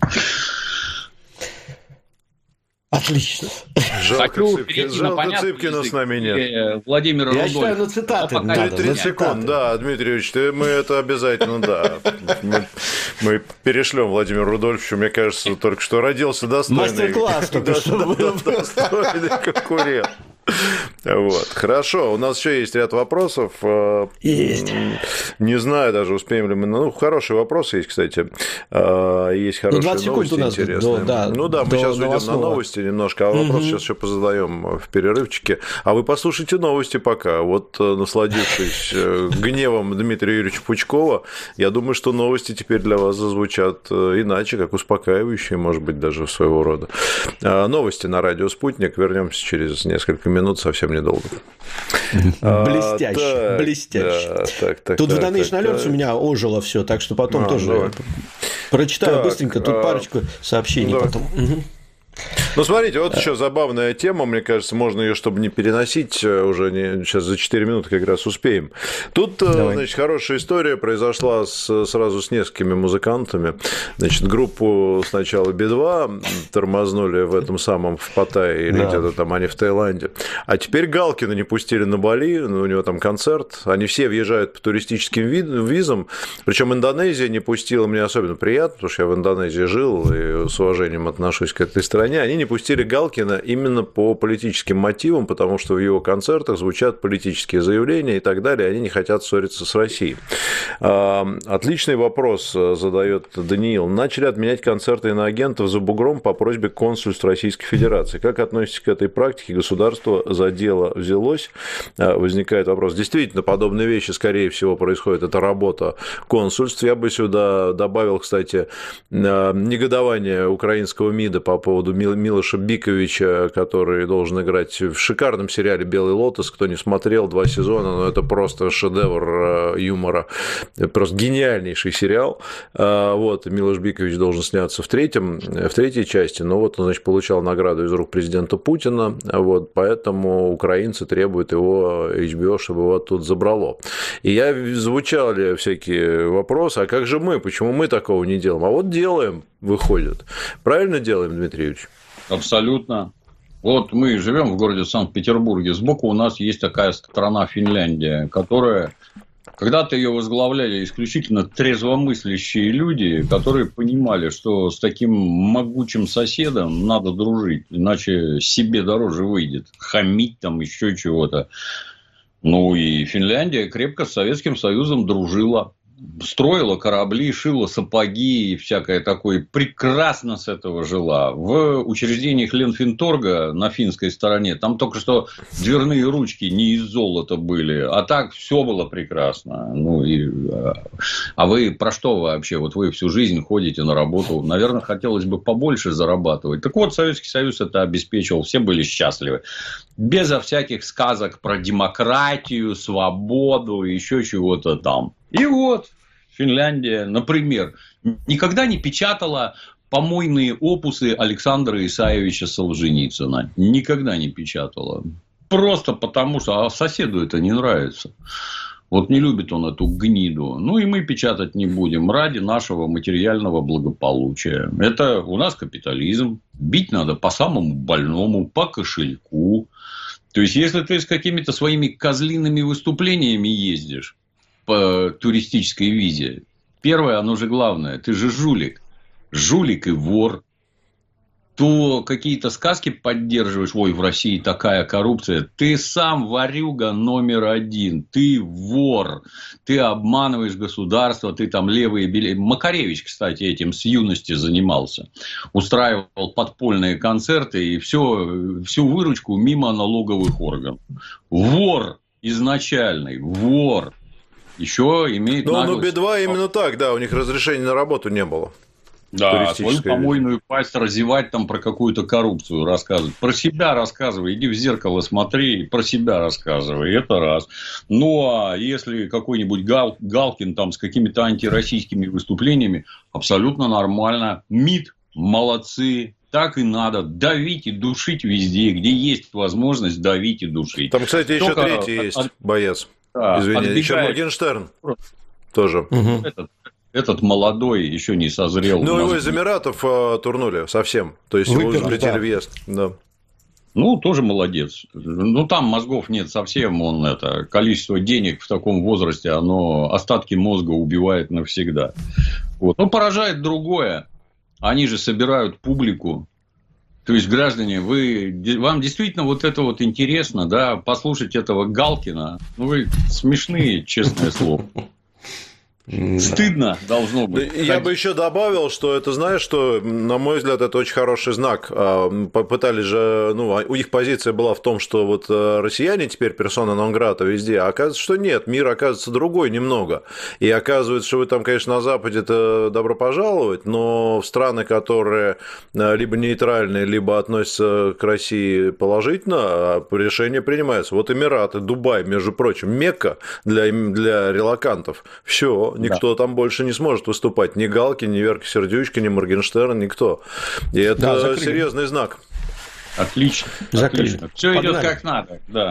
S2: Отлично.
S3: Жалко, Цыпкина с нами нет.
S1: Владимир
S2: Я считаю, на цитаты надо.
S3: 30 секунд, да, Дмитрий Юрьевич, мы это обязательно, да. Мы перешлем Владимиру Рудольфовичу, мне кажется, только что родился достойный.
S2: Мастер-класс только что был.
S3: Достойный конкурент. Вот. Хорошо, у нас еще есть ряд вопросов.
S2: Есть.
S3: Не знаю даже, успеем ли мы. Ну, хорошие вопросы есть, кстати. Есть хорошие новости интересные. Мы сейчас уйдем на новости немножко, а вопрос сейчас еще позадаем в перерывчике. А вы послушайте новости пока. Вот, насладившись гневом Дмитрия Юрьевича Пучкова, я думаю, что новости теперь для вас зазвучат иначе, как успокаивающие, может быть, даже своего рода. Новости на радио «Спутник». Вернемся через несколько минут, совсем недолго.
S2: Блестяще. Тут в Donation Alerts у меня ожило все, так что потом тоже прочитаю быстренько. Тут парочку сообщений потом.
S3: Ну, смотрите, вот еще забавная тема, мне кажется, можно ее, чтобы не переносить, уже сейчас за 4 минуты как раз успеем. Тут, значит, хорошая история произошла сразу с несколькими музыкантами. Значит, группу сначала Би-2 тормознули в этом самом, в Паттайе, или где-то там они в Таиланде. А теперь Галкина не пустили на Бали, у него там концерт. Они все въезжают по туристическим визам. Причем Индонезия не пустила, мне особенно приятно, потому что я в Индонезии жил и с уважением отношусь к этой стране. Они не пустили Галкина именно по политическим мотивам, потому что в его концертах звучат политические заявления и так далее, они не хотят ссориться с Россией. Отличный вопрос задает Даниил. Начали отменять концерты иноагентов за бугром по просьбе консульств Российской Федерации. Как относитесь к этой практике? Государство за дело взялось? Возникает вопрос. Действительно, подобные вещи, скорее всего, происходят. Это работа консульств. Я бы сюда добавил, кстати, негодование украинского МИДа по поводу Милоша Биковича, который должен играть в шикарном сериале «Белый лотос». Кто не смотрел 2 сезона, но это просто шедевр юмора. Просто гениальнейший сериал. Вот, Милош Бикович должен сняться в третьей части, но вот он, значит, получал награду из рук президента Путина, вот, поэтому украинцы требуют его, HBO, чтобы его оттуда забрало. И звучали всякие вопросы, а как же мы, почему мы такого не делаем? А вот делаем, выходит. Правильно делаем, Дмитрий Юрьевич?
S1: Абсолютно. Вот мы живем в городе Санкт-Петербурге. Сбоку у нас есть такая страна Финляндия, которая Когда-то ее возглавляли исключительно трезвомыслящие люди, которые понимали, что с таким могучим соседом надо дружить, иначе себе дороже выйдет. Хамить там, еще чего-то. Ну, и Финляндия крепко с Советским Союзом дружила. Строила корабли, шила сапоги и всякое такое. Прекрасно с этого жила. В учреждениях Ленфинторга на финской стороне там только что дверные ручки не из золота были. А так все было прекрасно. Ну, а вы про что вообще? Вот вы всю жизнь ходите на работу. Наверное, хотелось бы побольше зарабатывать. Так вот, Советский Союз это обеспечивал. Все были счастливы. Безо всяких сказок про демократию, свободу и еще чего-то там. И вот Финляндия, например, никогда не печатала помойные опусы Александра Исаевича Солженицына. Никогда не печатала. Просто потому, что соседу это не нравится. Вот не любит он эту гниду. Ну, и мы печатать не будем ради нашего материального благополучия. Это у нас капитализм. Бить надо по самому больному, по кошельку. То есть, если ты с какими-то своими козлиными выступлениями ездишь по туристической визе, первое, оно же главное, ты же жулик и вор, то какие-то сказки поддерживаешь, ой, в России такая коррупция, ты сам ворюга номер один, ты вор, ты обманываешь государство, ты там левые билеты. Макаревич, кстати, этим с юности занимался, устраивал подпольные концерты и всю выручку мимо налоговых органов. Вор изначальный, вор. Еще имеет наглость.
S3: Ну, Би-2 именно так, да, у них разрешения на работу не было.
S1: Да, свою помойную пасть разевать там про какую-то коррупцию рассказывать. Про себя рассказывай, иди в зеркало смотри, про себя рассказывай, это раз. Ну, а если какой-нибудь Галкин там с какими-то антироссийскими выступлениями, абсолютно нормально. МИД, молодцы. Так и надо. Давить и душить везде, где есть возможность давить и душить.
S3: Там, кстати, еще третий есть боец. Да, извини, еще Моргенштерн тоже.
S1: Этот молодой еще не созрел.
S3: Ну, его из Эмиратов турнули совсем. То есть, его запретили въезд. Да.
S1: Ну, тоже молодец. Ну, там мозгов нет совсем. Количество денег в таком возрасте, оно остатки мозга убивает навсегда. Вот. Но поражает другое. Они же собирают публику. То есть, граждане, вам действительно вот это вот интересно, да, послушать этого Галкина? Ну, вы смешные, честное слово. Стыдно должно быть.
S3: Я бы еще добавил, что это, знаешь, что, на мой взгляд, это очень хороший знак. Попытались же, у них позиция была в том, что вот россияне теперь персона нон-грата везде, а оказывается, что нет, мир оказывается другой немного. И оказывается, что вы там, конечно, на Западе это добро пожаловать, но в страны, которые либо нейтральные, либо относятся к России положительно, решение принимается. Вот Эмираты, Дубай, между прочим, Мекка для релокантов. Все. Никто там больше не сможет выступать. Ни Галкин, ни Верка Сердючка, ни Моргенштерн, никто. И это серьезный знак.
S1: Отлично. Отлично. Все идет как надо. Да.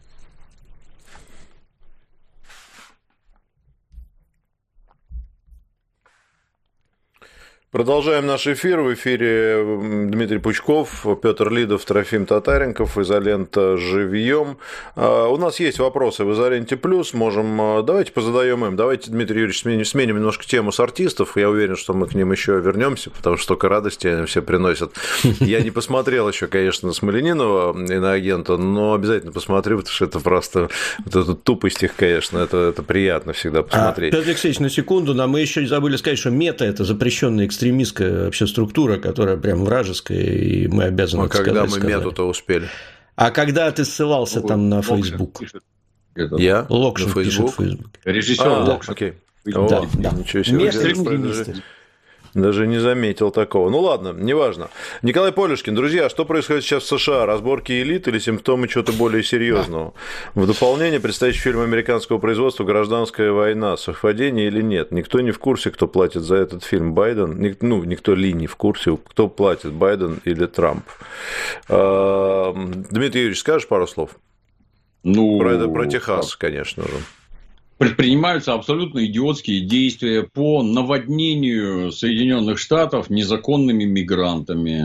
S3: Продолжаем наш эфир. В эфире Дмитрий Пучков, Петр Лидов, Трофим Татаренков, Изолента живьем. У нас есть вопросы в Изоленте Плюс. Давайте позадаем им. Давайте, Дмитрий Юрьевич, сменим немножко тему с артистов. Я уверен, что мы к ним еще вернемся, потому что столько радости они все приносят. Я не посмотрел еще, конечно, на Смоленинова, иноагента, но обязательно посмотрю, потому что это просто вот эта тупость их, конечно, это приятно всегда посмотреть.
S2: Петр Алексеевич, на секунду, но мы еще забыли сказать, что мета – это запрещенный экстремистская вообще структура, которая прям вражеская, и мы обязаны это сказать.
S3: А когда мы мету-то успели?
S2: А когда ты ссылался там на Facebook?
S3: Я?
S2: Локшин пишет в Facebook.
S1: Режиссер Локшин.
S3: Окей.
S2: Да.
S3: Ничего себе. Даже не заметил такого. Ну ладно, неважно. Николай Полюшкин, друзья, что происходит сейчас в США? Разборки элит или симптомы чего-то более серьезного? В дополнение предстоящий фильм американского производства «Гражданская война». Совпадение или нет? Никто не в курсе, кто платит за этот фильм. Байден? Никто не в курсе, кто платит, Байден или Трамп. Дмитрий Юрьевич, скажешь пару слов? Про Техас, конечно же.
S1: Предпринимаются абсолютно идиотские действия по наводнению Соединенных Штатов незаконными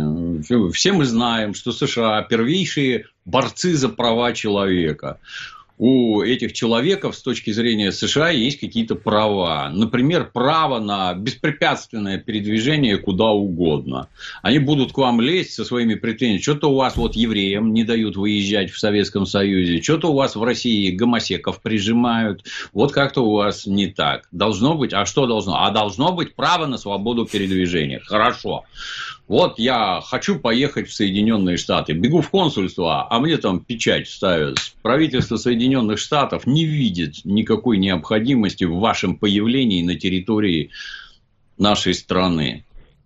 S1: мигрантами. Все мы знаем, что США – первейшие борцы за права человека. у этих человеков с точки зрения США есть какие-то права. Например, право на беспрепятственное передвижение куда угодно. Они будут к вам лезть со своими претензиями. Что-то у вас вот евреям не дают выезжать в Советском Союзе. Что-то у вас в России гомосеков прижимают. Вот как-то у вас не так. Должно быть. А что должно? А должно быть право на свободу передвижения. Хорошо. Вот я хочу поехать в Соединенные Штаты, бегу в консульство, а мне там печать ставят. Правительство Соединенных Штатов не видит никакой необходимости в вашем появлении на территории нашей страны.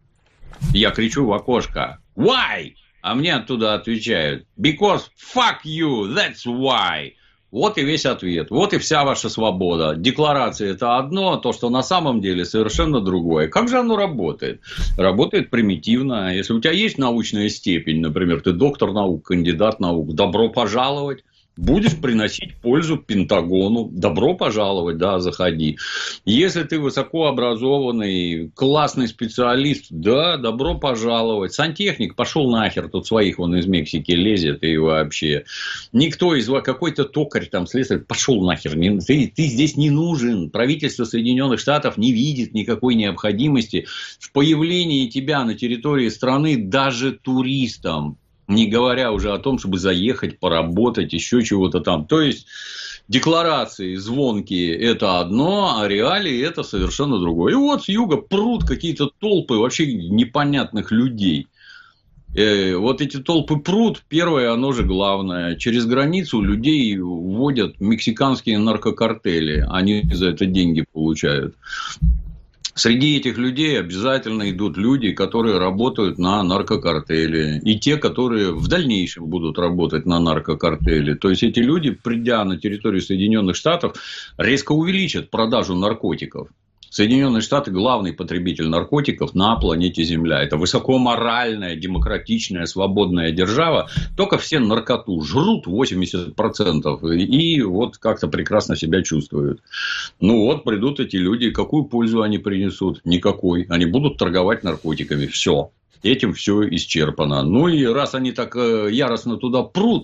S1: Я кричу в окошко: "Why?" А мне оттуда отвечают: "Because fuck you, that's why". Вот и весь ответ. Вот и вся ваша свобода. Декларация – это одно, то, что на самом деле совершенно другое. Как же оно работает? Работает примитивно. Если у тебя есть научная степень, например, ты доктор наук, кандидат наук, добро пожаловать. Будешь приносить пользу Пентагону, добро пожаловать, да, заходи. Если ты высокообразованный, классный специалист, да, добро пожаловать. Сантехник пошел нахер, тут своих вон из Мексики лезет и вообще. Никто из вас, какой-то токарь там, слесарь, пошел нахер. Ты здесь не нужен. Правительство Соединенных Штатов не видит никакой необходимости в появлении тебя на территории страны даже туристам. Не говоря уже о том, чтобы заехать, поработать, еще чего-то там. То есть, декларации звонкие – это одно, а реалии – это совершенно другое. И вот с юга прут какие-то толпы вообще непонятных людей. Вот эти толпы прут, первое, оно же главное. Через границу людей вводят мексиканские наркокартели. Они за это деньги получают. Среди этих людей обязательно идут люди, которые работают на наркокартеле. И те, которые в дальнейшем будут работать на наркокартеле. То есть, эти люди, придя на территорию Соединенных Штатов, резко увеличат продажу наркотиков. Соединенные Штаты – главный потребитель наркотиков на планете Земля. Это высокоморальная, демократичная, свободная держава. Только все наркоту жрут 80%. И вот как-то прекрасно себя чувствуют. Ну вот придут эти люди. Какую пользу они принесут? Никакой. Они будут торговать наркотиками. Все. Этим все исчерпано. Ну и раз они так яростно туда прут,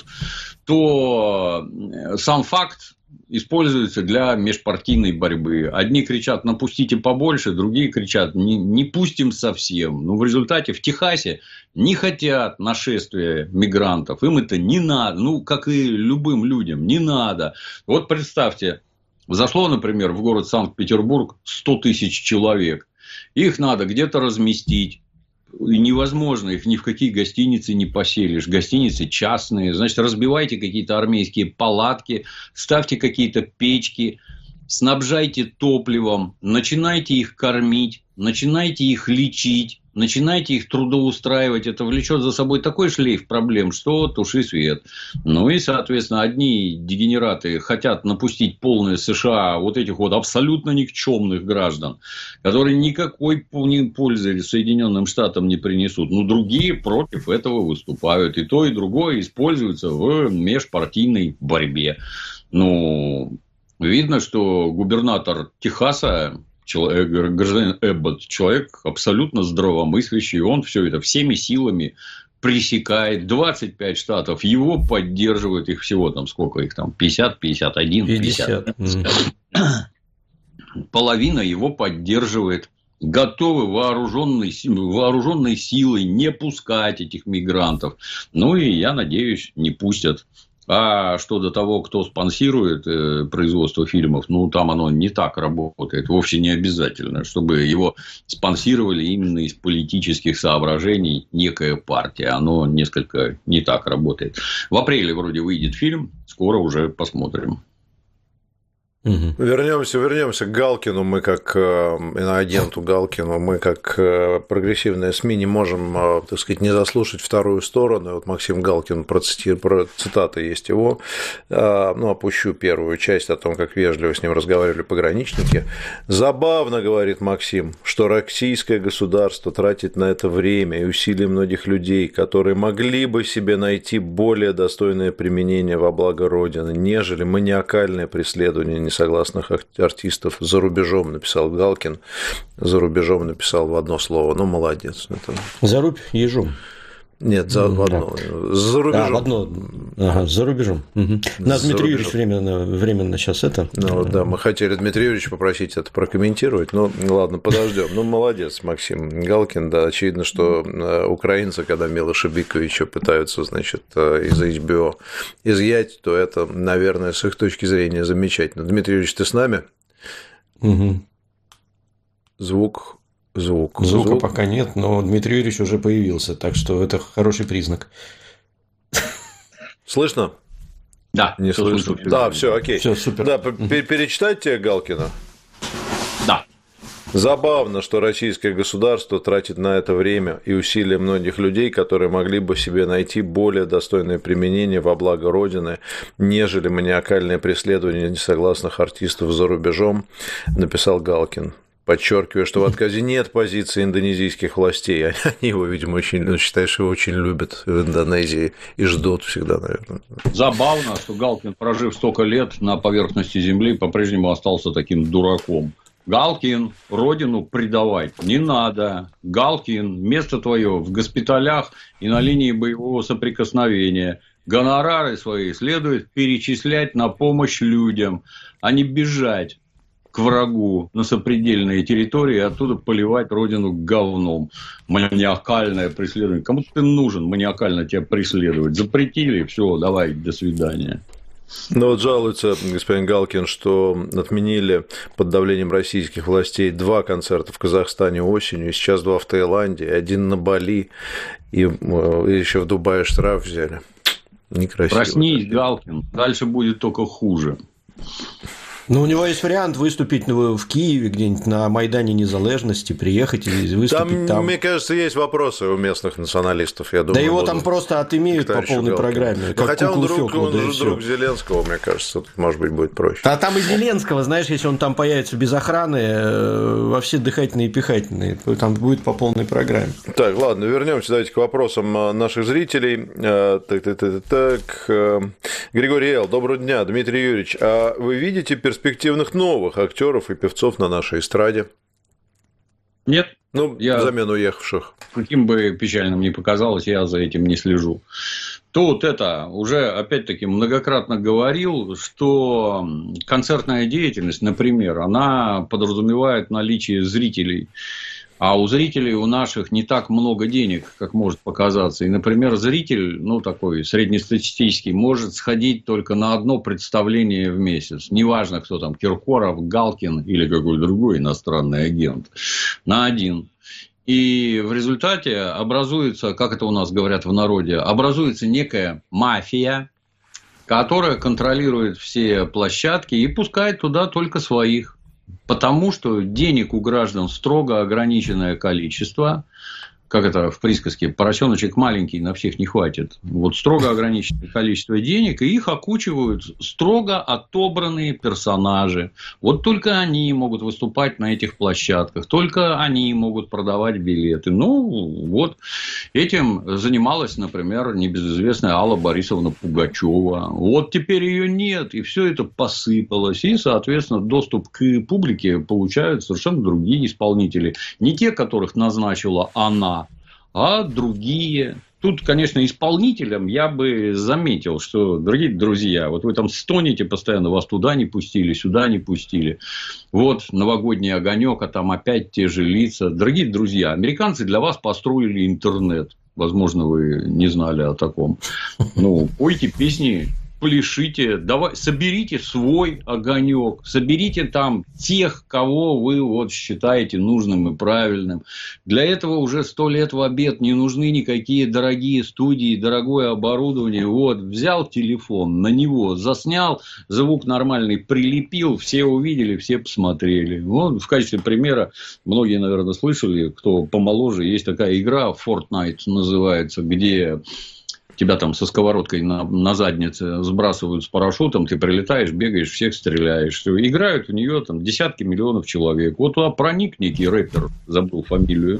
S1: то сам факт используется для межпартийной борьбы. Одни кричат: напустите побольше, другие кричат: не пустим совсем. Но в результате в Техасе не хотят нашествия мигрантов. Им это не надо. Ну, как и любым людям, не надо. Вот представьте, зашло, например, в город Санкт-Петербург 100 тысяч человек. Их надо где-то разместить. И невозможно, их ни в какие гостиницы не поселишь. Гостиницы частные. Значит, разбивайте какие-то армейские палатки, ставьте какие-то печки, снабжайте топливом, начинайте их кормить, начинайте их лечить, начинайте их трудоустраивать. Это влечет за собой такой шлейф проблем, что туши свет. Ну и, соответственно, одни дегенераты хотят напустить полное США вот этих вот абсолютно никчемных граждан, которые никакой пользы Соединенным Штатам не принесут. Но другие против этого выступают. И то, и другое используется в межпартийной борьбе. Ну, видно, что губернатор Техаса, гражданин Эббот, человек абсолютно здравомыслящий, он все это всеми силами пресекает. 25 штатов его поддерживают, их всего там сколько их там, 50, 51, 50. Половина его поддерживает, готовы вооруженной силой не пускать этих мигрантов. Ну и я надеюсь, не пустят. А что до того, кто спонсирует производство фильмов, ну, там оно не так работает. Вовсе не обязательно, чтобы его спонсировали именно из политических соображений некая партия. Оно несколько не так работает. В апреле вроде выйдет фильм, скоро уже посмотрим.
S3: Вернемся к Галкину. Мы как иноагенту Галкину, мы как прогрессивная СМИ не можем, так сказать, не заслушать вторую сторону. Вот Максим Галкин, про цитаты есть его, ну, опущу первую часть о том, как вежливо с ним разговаривали пограничники. Забавно, говорит Максим, что российское государство тратит на это время и усилия многих людей, которые могли бы себе найти более достойное применение во благо Родины, нежели маниакальное преследование несогласных артистов за рубежом, написал Галкин. За рубежом написал в одно слово. Ну, молодец.
S2: Зарубь ежом.
S3: Нет, в одно. За рубежом.
S2: В одно. Ага, за рубежом. Угу. Нас Дмитрий Юрьевич временно сейчас это.
S3: Ну да, мы хотели Дмитрия Юрьевича попросить это прокомментировать. Ну, ладно, подождем. Ну, молодец, Максим Галкин. Да, очевидно, что украинцы, когда Милоша Биковича пытаются, значит, из HBO изъять, то это, наверное, с их точки зрения замечательно. Дмитрий Юрьевич, ты с нами?
S2: Угу.
S3: Звука
S2: пока нет, но Дмитрий Юрьевич уже появился, так что это хороший признак.
S3: Слышно?
S1: Да.
S3: Не слышно. Да, все, окей.
S2: Все, супер.
S3: Да, перечитать тебе Галкина?
S1: Да.
S3: Забавно, что российское государство тратит на это время и усилия многих людей, которые могли бы себе найти более достойное применение во благо Родины, нежели маниакальное преследование несогласных артистов за рубежом, написал Галкин. Подчеркиваю, что в отказе нет позиции индонезийских властей. Они его, видимо, очень, считаешь, его очень любят в Индонезии и ждут всегда, наверное.
S1: Забавно, что Галкин, прожив столько лет на поверхности земли, по-прежнему остался таким дураком. Галкин, родину предавать не надо. Галкин, место твое в госпиталях и на линии боевого соприкосновения. Гонорары свои следует перечислять на помощь людям, а не бежать к врагу на сопредельные территории и оттуда поливать родину говном. Маниакальное преследование. Кому ты нужен маниакально тебя преследовать? Запретили, все, давай, до свидания.
S3: Ну вот жалуется господин Галкин, что отменили под давлением российских властей 2 концерта в Казахстане осенью, и сейчас 2 в Таиланде, 1 на Бали, и еще в Дубае штраф взяли. Некрасиво.
S1: Проснись, Галкин, дальше будет только хуже.
S2: Ну, у него есть вариант выступить в Киеве, где-нибудь на Майдане Незалежности, приехать и выступить там.
S3: Мне кажется, есть вопросы у местных националистов, я думаю.
S2: Да его там просто отымеют по полной программе.
S3: Как хотя он же друг Зеленского, мне кажется, тут, может быть, будет проще.
S2: А там и Зеленского, знаешь, если он там появится без охраны, во все дыхательные и пихательные, то там будет по полной программе.
S3: Так, ладно, вернемся, давайте к вопросам наших зрителей. Григорий Л., доброго дня, Дмитрий Юрьевич, а вы видите перспективных новых актеров и певцов на нашей эстраде?
S1: Нет.
S3: Взамен уехавших.
S1: Каким бы печальным ни показалось, я за этим не слежу. Тут уже опять-таки многократно говорил, что концертная деятельность, например, она подразумевает наличие зрителей. А у зрителей у наших не так много денег, как может показаться. И, например, зритель, такой среднестатистический, может сходить только на одно представление в месяц. Неважно, кто там, Киркоров, Галкин или какой-то другой иностранный агент. На один. И в результате образуется, как это у нас говорят в народе, образуется некая мафия, которая контролирует все площадки и пускает туда только своих. Потому что денег у граждан строго ограниченное количество. Как это в присказке, поросеночек маленький, на всех не хватит. Вот строго ограниченное количество денег, и их окучивают строго отобранные персонажи. Вот только они могут выступать на этих площадках, только они могут продавать билеты. Вот этим занималась, например, небезызвестная Алла Борисовна Пугачева. Вот теперь ее нет, и все это посыпалось. И, соответственно, доступ к публике получают совершенно другие исполнители. Не те, которых назначила она, а другие. Тут, конечно, исполнителям я бы заметил, что, дорогие друзья, вот вы там стонете постоянно, вас туда не пустили, сюда не пустили. Вот новогодний огонек, а там опять те же лица. Дорогие друзья, американцы для вас построили интернет. Возможно, вы не знали о таком. Пойте песни, пляшите, соберите свой огонек, соберите там тех, кого вы считаете нужным и правильным. Для этого уже 100 лет в обед не нужны никакие дорогие студии, дорогое оборудование. Взял телефон, на него заснял, звук нормальный прилепил, все увидели, все посмотрели. В качестве примера, многие, наверное, слышали, кто помоложе, есть такая игра, Fortnite называется, где тебя там со сковородкой на заднице сбрасывают с парашютом, ты прилетаешь, бегаешь, всех стреляешь. Играют в нее там десятки миллионов человек. Вот туда проник некий рэпер, забыл фамилию,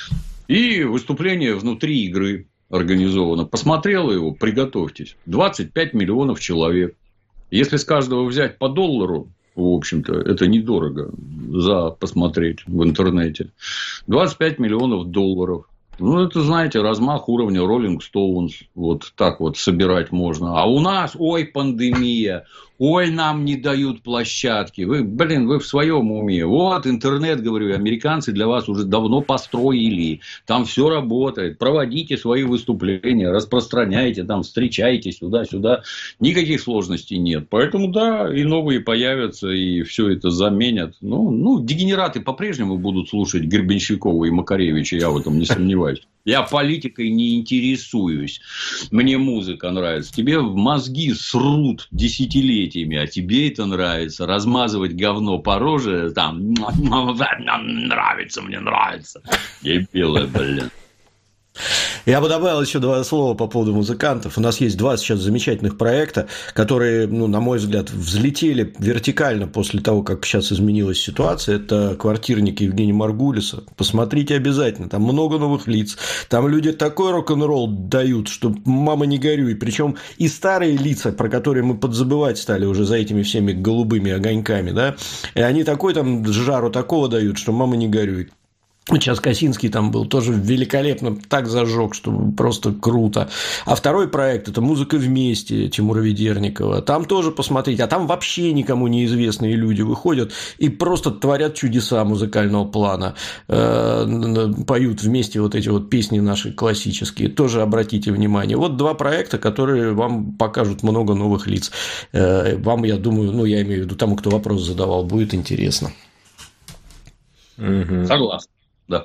S1: и выступление внутри игры организовано. Посмотрел его, приготовьтесь, 25 миллионов человек. Если с каждого взять по $1, в общем-то, это недорого посмотреть в интернете. $25 миллионов. Ну, это, знаете, размах уровня Rolling Stones. Вот так вот собирать можно. А у нас, ой, пандемия. Ой, нам не дают площадки. Вы в своем уме. Вот, интернет, говорю, американцы для вас уже давно построили. Там все работает. Проводите свои выступления, распространяйте, там, встречайтесь туда-сюда. Никаких сложностей нет. Поэтому, да, и новые появятся, и все это заменят. Ну, дегенераты по-прежнему будут слушать Гребенщикова и Макаревича, я в этом не сомневаюсь. Я политикой не интересуюсь. Мне музыка нравится. Тебе в мозги срут десятилетиями, а тебе это нравится. Размазывать говно по роже, там, нравится, мне нравится. Дебилы, блин.
S2: Я бы добавил еще два слова по поводу музыкантов. У нас есть два сейчас замечательных проекта, которые, на мой взгляд, взлетели вертикально после того, как сейчас изменилась ситуация. Это «Квартирник» Евгения Маргулиса. Посмотрите обязательно. Там много новых лиц. Там люди такой рок-н-ролл дают, что мама не горюй. Причем и старые лица, про которые мы подзабывать стали уже за этими всеми голубыми огоньками, да, и они такой там жару такого дают, что мама не горюй. Сейчас Косинский там был, тоже великолепно так зажег, что просто круто. А второй проект – это «Музыка вместе» Тимура Ведерникова. Там тоже посмотрите, а там вообще никому неизвестные люди выходят и просто творят чудеса музыкального плана. Поют вместе вот эти вот песни наши классические. Тоже обратите внимание. Вот два проекта, которые вам покажут много новых лиц. Вам, я думаю, я имею в виду тому, кто вопрос задавал, будет интересно.
S1: Согласен. Да.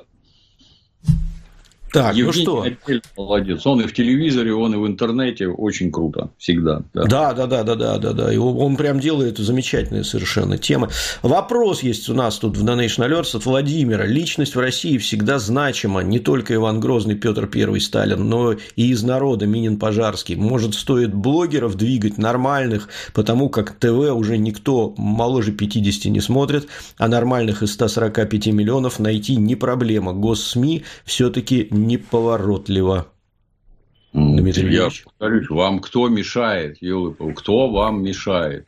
S2: Так,
S1: Евгений,
S2: что?
S1: Молодец. Он и в телевизоре, он и в интернете. Очень круто. Всегда.
S2: Да. И он прям делает замечательные совершенно темы. Вопрос есть у нас тут в Donation Alerts от Владимира. Личность в России всегда значима. Не только Иван Грозный, Петр I, Сталин, но и из народа Минин, Пожарский. Может, стоит блогеров двигать нормальных, потому как ТВ уже никто моложе 50 не смотрит, а нормальных из 145 миллионов найти не проблема. Госсми все-таки неповоротливо.
S1: Дмитрий Ильич. Я повторюсь, вам кто мешает, Елыпов? Кто вам мешает?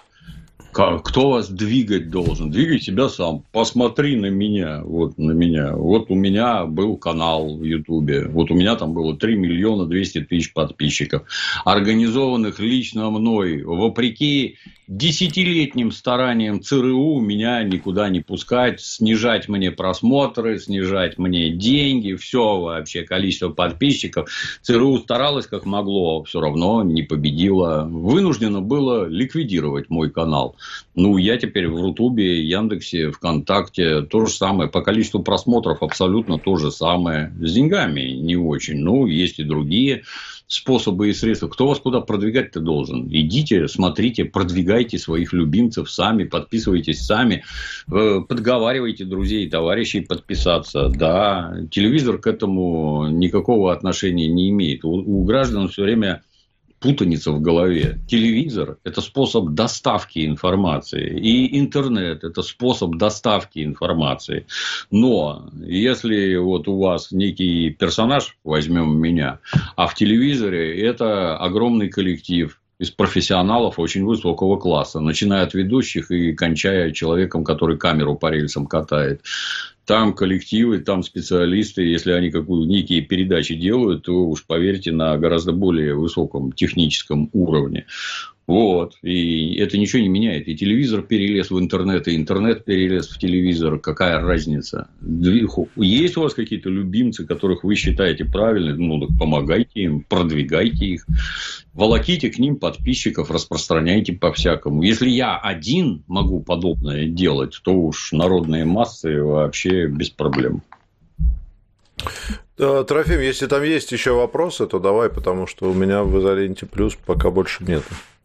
S1: Кто вас двигать должен? Двигай себя сам. Посмотри на меня. Вот на меня. Вот у меня был канал в Ютубе. Вот у меня там было 3 миллиона 200 тысяч подписчиков. Организованных лично мной. Вопреки десятилетним стараниям ЦРУ меня никуда не пускать, снижать мне просмотры, снижать мне деньги, все вообще, количество подписчиков. ЦРУ старалось как могло, все равно не победило. Вынуждено было ликвидировать мой канал. Я теперь в Рутубе, Яндексе, ВКонтакте то же самое. По количеству просмотров абсолютно то же самое. С деньгами не очень. Есть и другие способы и средства. Кто вас куда продвигать-то должен? Идите, смотрите, продвигайте своих любимцев сами, подписывайтесь сами, подговаривайте друзей и товарищей подписаться. Да, телевизор к этому никакого отношения не имеет. У граждан все время путаница в голове. Телевизор – это способ доставки информации. И интернет – это способ доставки информации. Но если вот у вас некий персонаж, возьмем меня, а в телевизоре это огромный коллектив из профессионалов очень высокого класса, начиная от ведущих и кончая человеком, который камеру по рельсам катает. Там коллективы, там специалисты, если они некие передачи делают, то уж поверьте, на гораздо более высоком техническом уровне. Вот. И это ничего не меняет. И телевизор перелез в интернет, и интернет перелез в телевизор. Какая разница? Есть у вас какие-то любимцы, которых вы считаете правильными? Так помогайте им, продвигайте их. Волоките к ним подписчиков, распространяйте по-всякому. Если я один могу подобное делать, то уж народные массы вообще без проблем.
S3: Трофим, если там есть еще вопросы, то давай, потому что у меня в «Изоленте плюс» пока больше нет.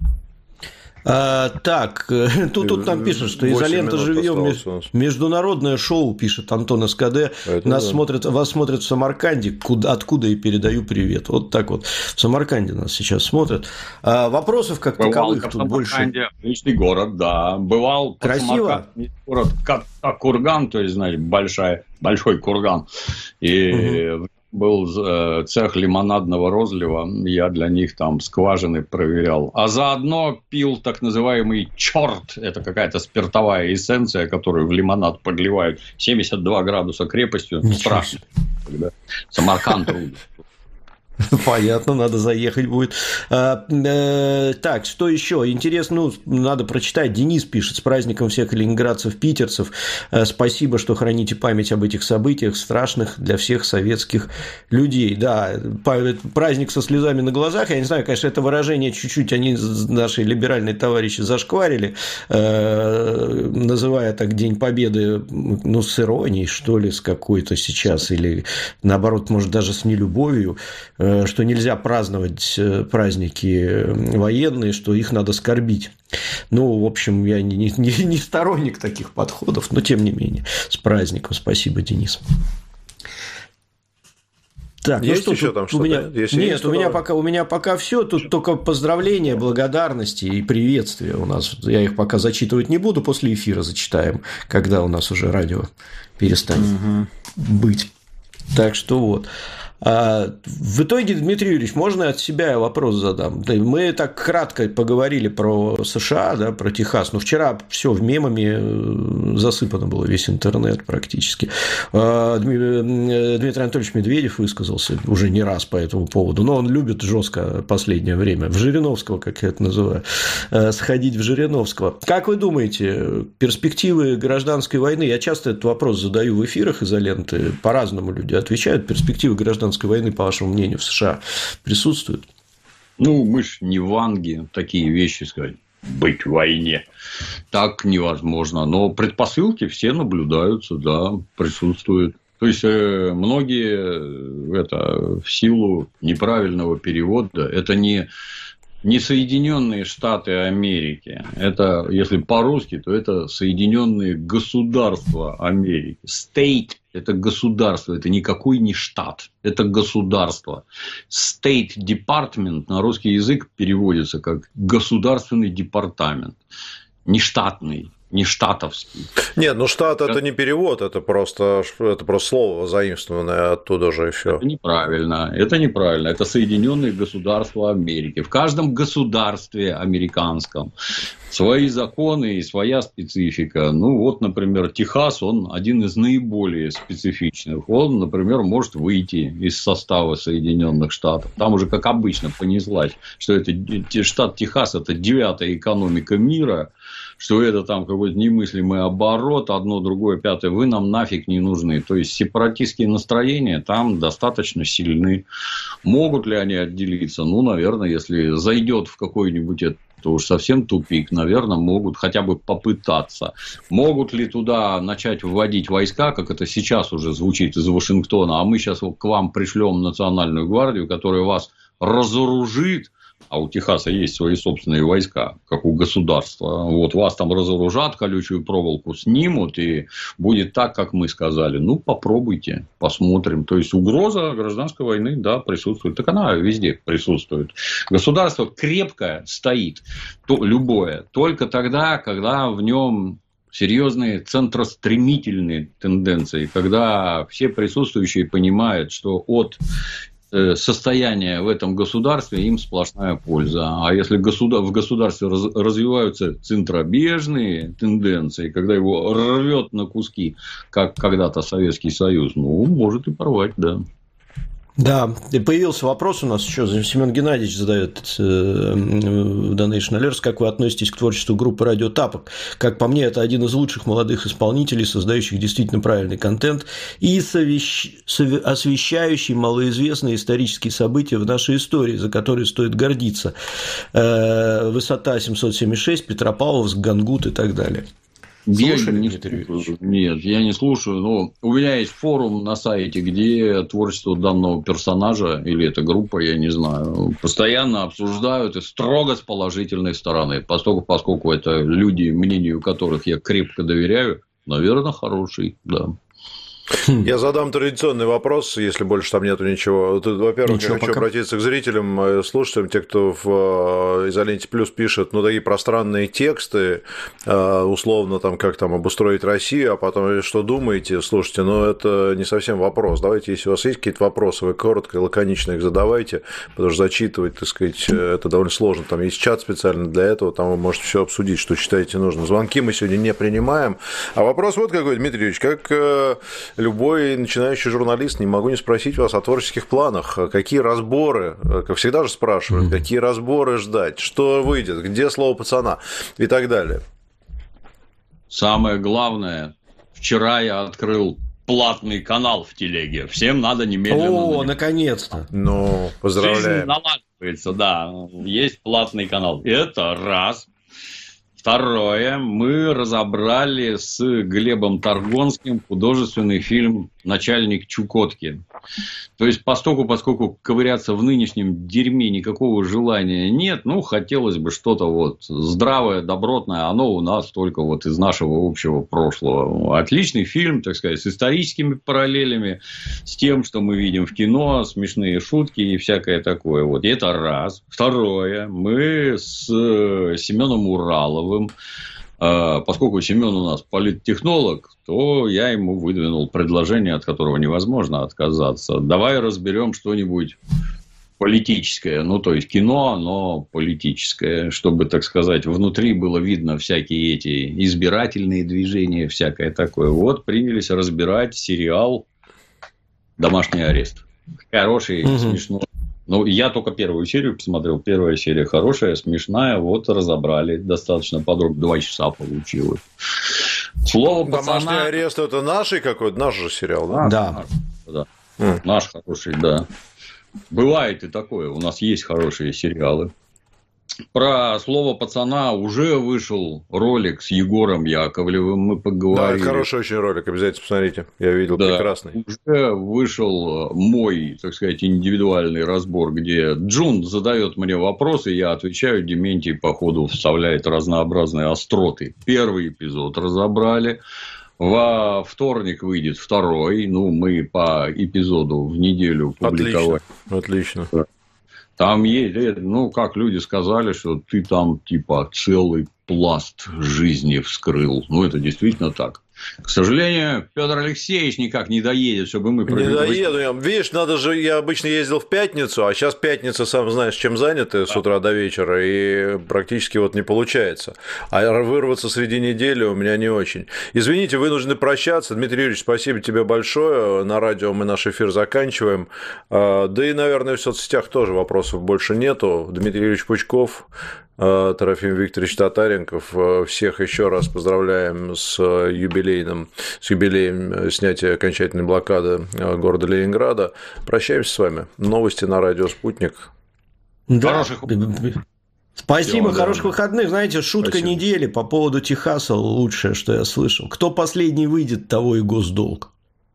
S2: Так, тут нам пишут, что «Изолента живьем» международное шоу, пишет Антон СКД. Вас смотрят в Самарканде, откуда и передаю привет. Вот так вот. В Самарканде нас сейчас смотрят. Вопросов как таковых тут больше.
S1: Отличный город, да. Бывал.
S2: Красиво.
S1: Город как курган, то есть, знаете, большой курган. И был цех лимонадного розлива, я для них там скважины проверял. А заодно пил так называемый черт. Это какая-то спиртовая эссенция, которую в лимонад подливают. 72 градуса крепостью. Страшно. когда Самарканд трудно.
S2: Понятно, надо заехать будет. Так, что еще? Интересно, надо прочитать. Денис пишет: с праздником всех ленинградцев, питерцев. Спасибо, что храните память об этих событиях, страшных для всех советских людей. Да, праздник со слезами на глазах. Я не знаю, конечно, это выражение чуть-чуть они, наши либеральные товарищи, зашкварили, называя так День Победы, с иронией, что ли, с какой-то сейчас, или наоборот, может, даже с нелюбовью, что нельзя праздновать праздники военные, что их надо скорбить. В общем, я не сторонник таких подходов, но тем не менее, с праздником. Спасибо, Денис. Так,
S3: есть еще там что-то?
S2: Нет, у меня пока все. Тут только поздравления, благодарности и приветствия у нас. Я их пока зачитывать не буду, после эфира зачитаем, когда у нас уже радио перестанет быть. Так что вот. В итоге, Дмитрий Юрьевич, можно от себя я вопрос задам? Мы так кратко поговорили про США, да, про Техас, но вчера все в мемами засыпано было, весь интернет практически. Дмитрий Анатольевич Медведев высказался уже не раз по этому поводу, но он любит жестко последнее время, в Жириновского, как я это называю, сходить в Жириновского. Как вы думаете, перспективы гражданской войны, я часто этот вопрос задаю в эфирах «Изоленты», по-разному люди отвечают, перспективы гражданской войны, по вашему мнению, в США присутствуют?
S1: Мы ж не ванги такие вещи сказать. Быть в войне. Так невозможно. Но предпосылки все наблюдаются, да, присутствуют. То есть, многие в силу неправильного перевода, это не Соединенные Штаты Америки. Это, если по-русски, то это Соединенные Государства Америки. State – это государство, это никакой не штат, это государство. State Department на русский язык переводится как государственный департамент, не штатный. Не штатовский.
S3: Нет, штат это не перевод, это просто слово заимствованное оттуда же и все.
S1: Это неправильно. Это Соединенные Государства Америки. В каждом государстве американском свои законы и своя специфика. Например, Техас, он один из наиболее специфичных. Он, например, может выйти из состава Соединенных Штатов. Там уже, как обычно, понеслась, что штат Техас – это 9-я экономика мира, что это там какой-то немыслимый оборот, одно, другое, пятое, вы нам нафиг не нужны. То есть, сепаратистские настроения там достаточно сильны. Могут ли они отделиться? Наверное, если зайдет в какой-нибудь это уж совсем тупик, наверное, могут хотя бы попытаться. Могут ли туда начать вводить войска, как это сейчас уже звучит из Вашингтона, а мы сейчас к вам пришлем национальную гвардию, которая вас разоружит, а у Техаса есть свои собственные войска, как у государства. Вас там разоружат, колючую проволоку снимут, и будет так, как мы сказали. Попробуйте, посмотрим. То есть, угроза гражданской войны, да, присутствует. Так она везде присутствует. Государство крепкое стоит, любое, только тогда, когда в нем серьезные центростремительные тенденции, когда все присутствующие понимают, что от состояние в этом государстве им сплошная польза. А если в государстве развиваются центробежные тенденции, когда его рвет на куски, как когда-то Советский Союз, может и порвать, да.
S2: Да, появился вопрос у нас еще, Семен Геннадьевич задает в Donation Alerts, как вы относитесь к творчеству группы «Радио Тапок». Как по мне, это один из лучших молодых исполнителей, создающих действительно правильный контент и освещающий малоизвестные исторические события в нашей истории, за которые стоит гордиться. Высота 776, Петропавловск, Гангут и так далее. Слушали,
S1: Нет, я не слушаю, но у меня есть форум на сайте, где творчество данного персонажа или эта группа, я не знаю, постоянно обсуждают и строго с положительной стороны, поскольку это люди, мнению которых я крепко доверяю, наверное, хороший, да.
S3: Я задам традиционный вопрос, если больше там нету ничего. Во-первых, я хочу обратиться к зрителям, слушателям, те, кто в Изоленте Плюс пишет, такие пространные тексты, условно, как обустроить Россию, а потом что думаете, слушайте, это не совсем вопрос. Давайте, если у вас есть какие-то вопросы, вы коротко и лаконично их задавайте, потому что зачитывать, так сказать, это довольно сложно. Там есть чат специально для этого, там вы можете все обсудить, что считаете нужно. Звонки мы сегодня не принимаем. А вопрос вот какой, Дмитрий Юрьевич, как любой начинающий журналист, не могу не спросить вас о творческих планах. Какие разборы, как всегда же спрашивают, какие разборы ждать, что выйдет, где слово пацана и так далее.
S1: Самое главное, вчера я открыл платный канал в телеге. Всем надо немедленно...
S2: О, наконец-то.
S3: Ну, поздравляем.
S1: Жизнь налаживается, да. Есть платный канал. Это раз. Второе. Мы разобрали с Глебом Таргонским художественный фильм «Начальник Чукотки». То есть, поскольку ковыряться в нынешнем дерьме никакого желания нет, ну, хотелось бы что-то вот здравое, добротное, оно у нас только вот из нашего общего прошлого. Отличный фильм, так сказать, с историческими параллелями, с тем, что мы видим в кино, смешные шутки и всякое такое. Вот. И это раз. Второе. Мы с Семеном Ураловым, поскольку Семен у нас политтехнолог, то я ему выдвинул предложение, от которого невозможно отказаться. Давай разберем что-нибудь политическое, ну, то есть кино, но политическое, чтобы, так сказать, внутри было видно всякие эти избирательные движения, всякое такое. Вот принялись разбирать сериал «Домашний арест». Хороший, смешной. Ну, я только первую серию посмотрел. Первая серия хорошая, смешная. Вот разобрали. Достаточно подробно. 2 часа получилось. Слово пацана...
S3: «Домашний арест» – это наш какой-то? Наш же сериал, да?
S2: Да.
S1: Наш хороший, да. Бывает и такое. У нас есть хорошие сериалы. Про «Слово пацана» уже вышел ролик с Егором Яковлевым, мы поговорили.
S3: Да, хороший очень ролик, обязательно посмотрите, я видел, да, прекрасный.
S1: Уже вышел мой, так сказать, индивидуальный разбор, где Джун задает мне вопросы, я отвечаю, Дементий по ходу вставляет разнообразные остроты. Первый эпизод разобрали. Во вторник выйдет второй, ну, мы по эпизоду в неделю публиковали.
S3: Отлично.
S1: Там есть, ну, как люди сказали, что ты там, типа, целый пласт жизни вскрыл. Ну, это действительно так. К сожалению, Петр Алексеевич никак не доедет, чтобы мы...
S3: Не доеду. Видишь, надо же... Я обычно ездил в пятницу, а сейчас пятница, сам знаешь, чем заняты с утра до вечера, и практически вот не получается. А вырваться среди недели у меня не очень. Извините, вынуждены прощаться. Дмитрий Юрьевич, спасибо тебе большое. На радио мы наш эфир заканчиваем. Да и, наверное, в соцсетях тоже вопросов больше нету. Дмитрий Юрьевич Пучков, Трофим Викторович Татаренков. Всех еще раз поздравляем с юбилеем снятия окончательной блокады города Ленинграда. Прощаемся с вами. Новости на радио «Спутник».
S2: Да. Спасибо, хороших выходных. Знаете, шутка недели по поводу Техаса лучшее, что я слышал. Кто последний выйдет, того и госдолг.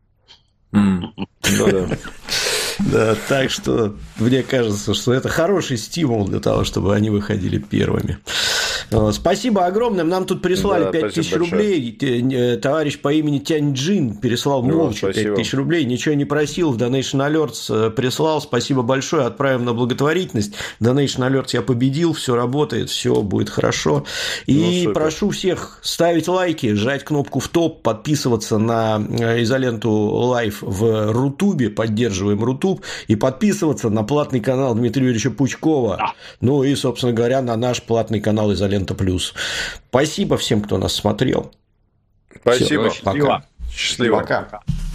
S2: Да, так что мне кажется, что это хороший стимул для того, чтобы они выходили первыми. Спасибо огромное. Нам тут прислали 5000 рублей. Товарищ по имени Тяньджин переслал молча 5000 рублей. Ничего не просил. В Donation Alerts прислал. Спасибо большое. Отправим на благотворительность. Donation Alerts я победил. Все работает. Все будет хорошо. И прошу всех ставить лайки, жать кнопку в топ, подписываться на Изоленту Лайв в Рутубе. Поддерживаем Рутуб. И подписываться на платный канал Дмитрия Юрьевича Пучкова. Ну и, собственно говоря, на наш платный канал Изолента Плюс. Спасибо всем, кто нас смотрел.
S3: Спасибо.
S2: Все, пока.
S3: Счастливо.
S2: Пока.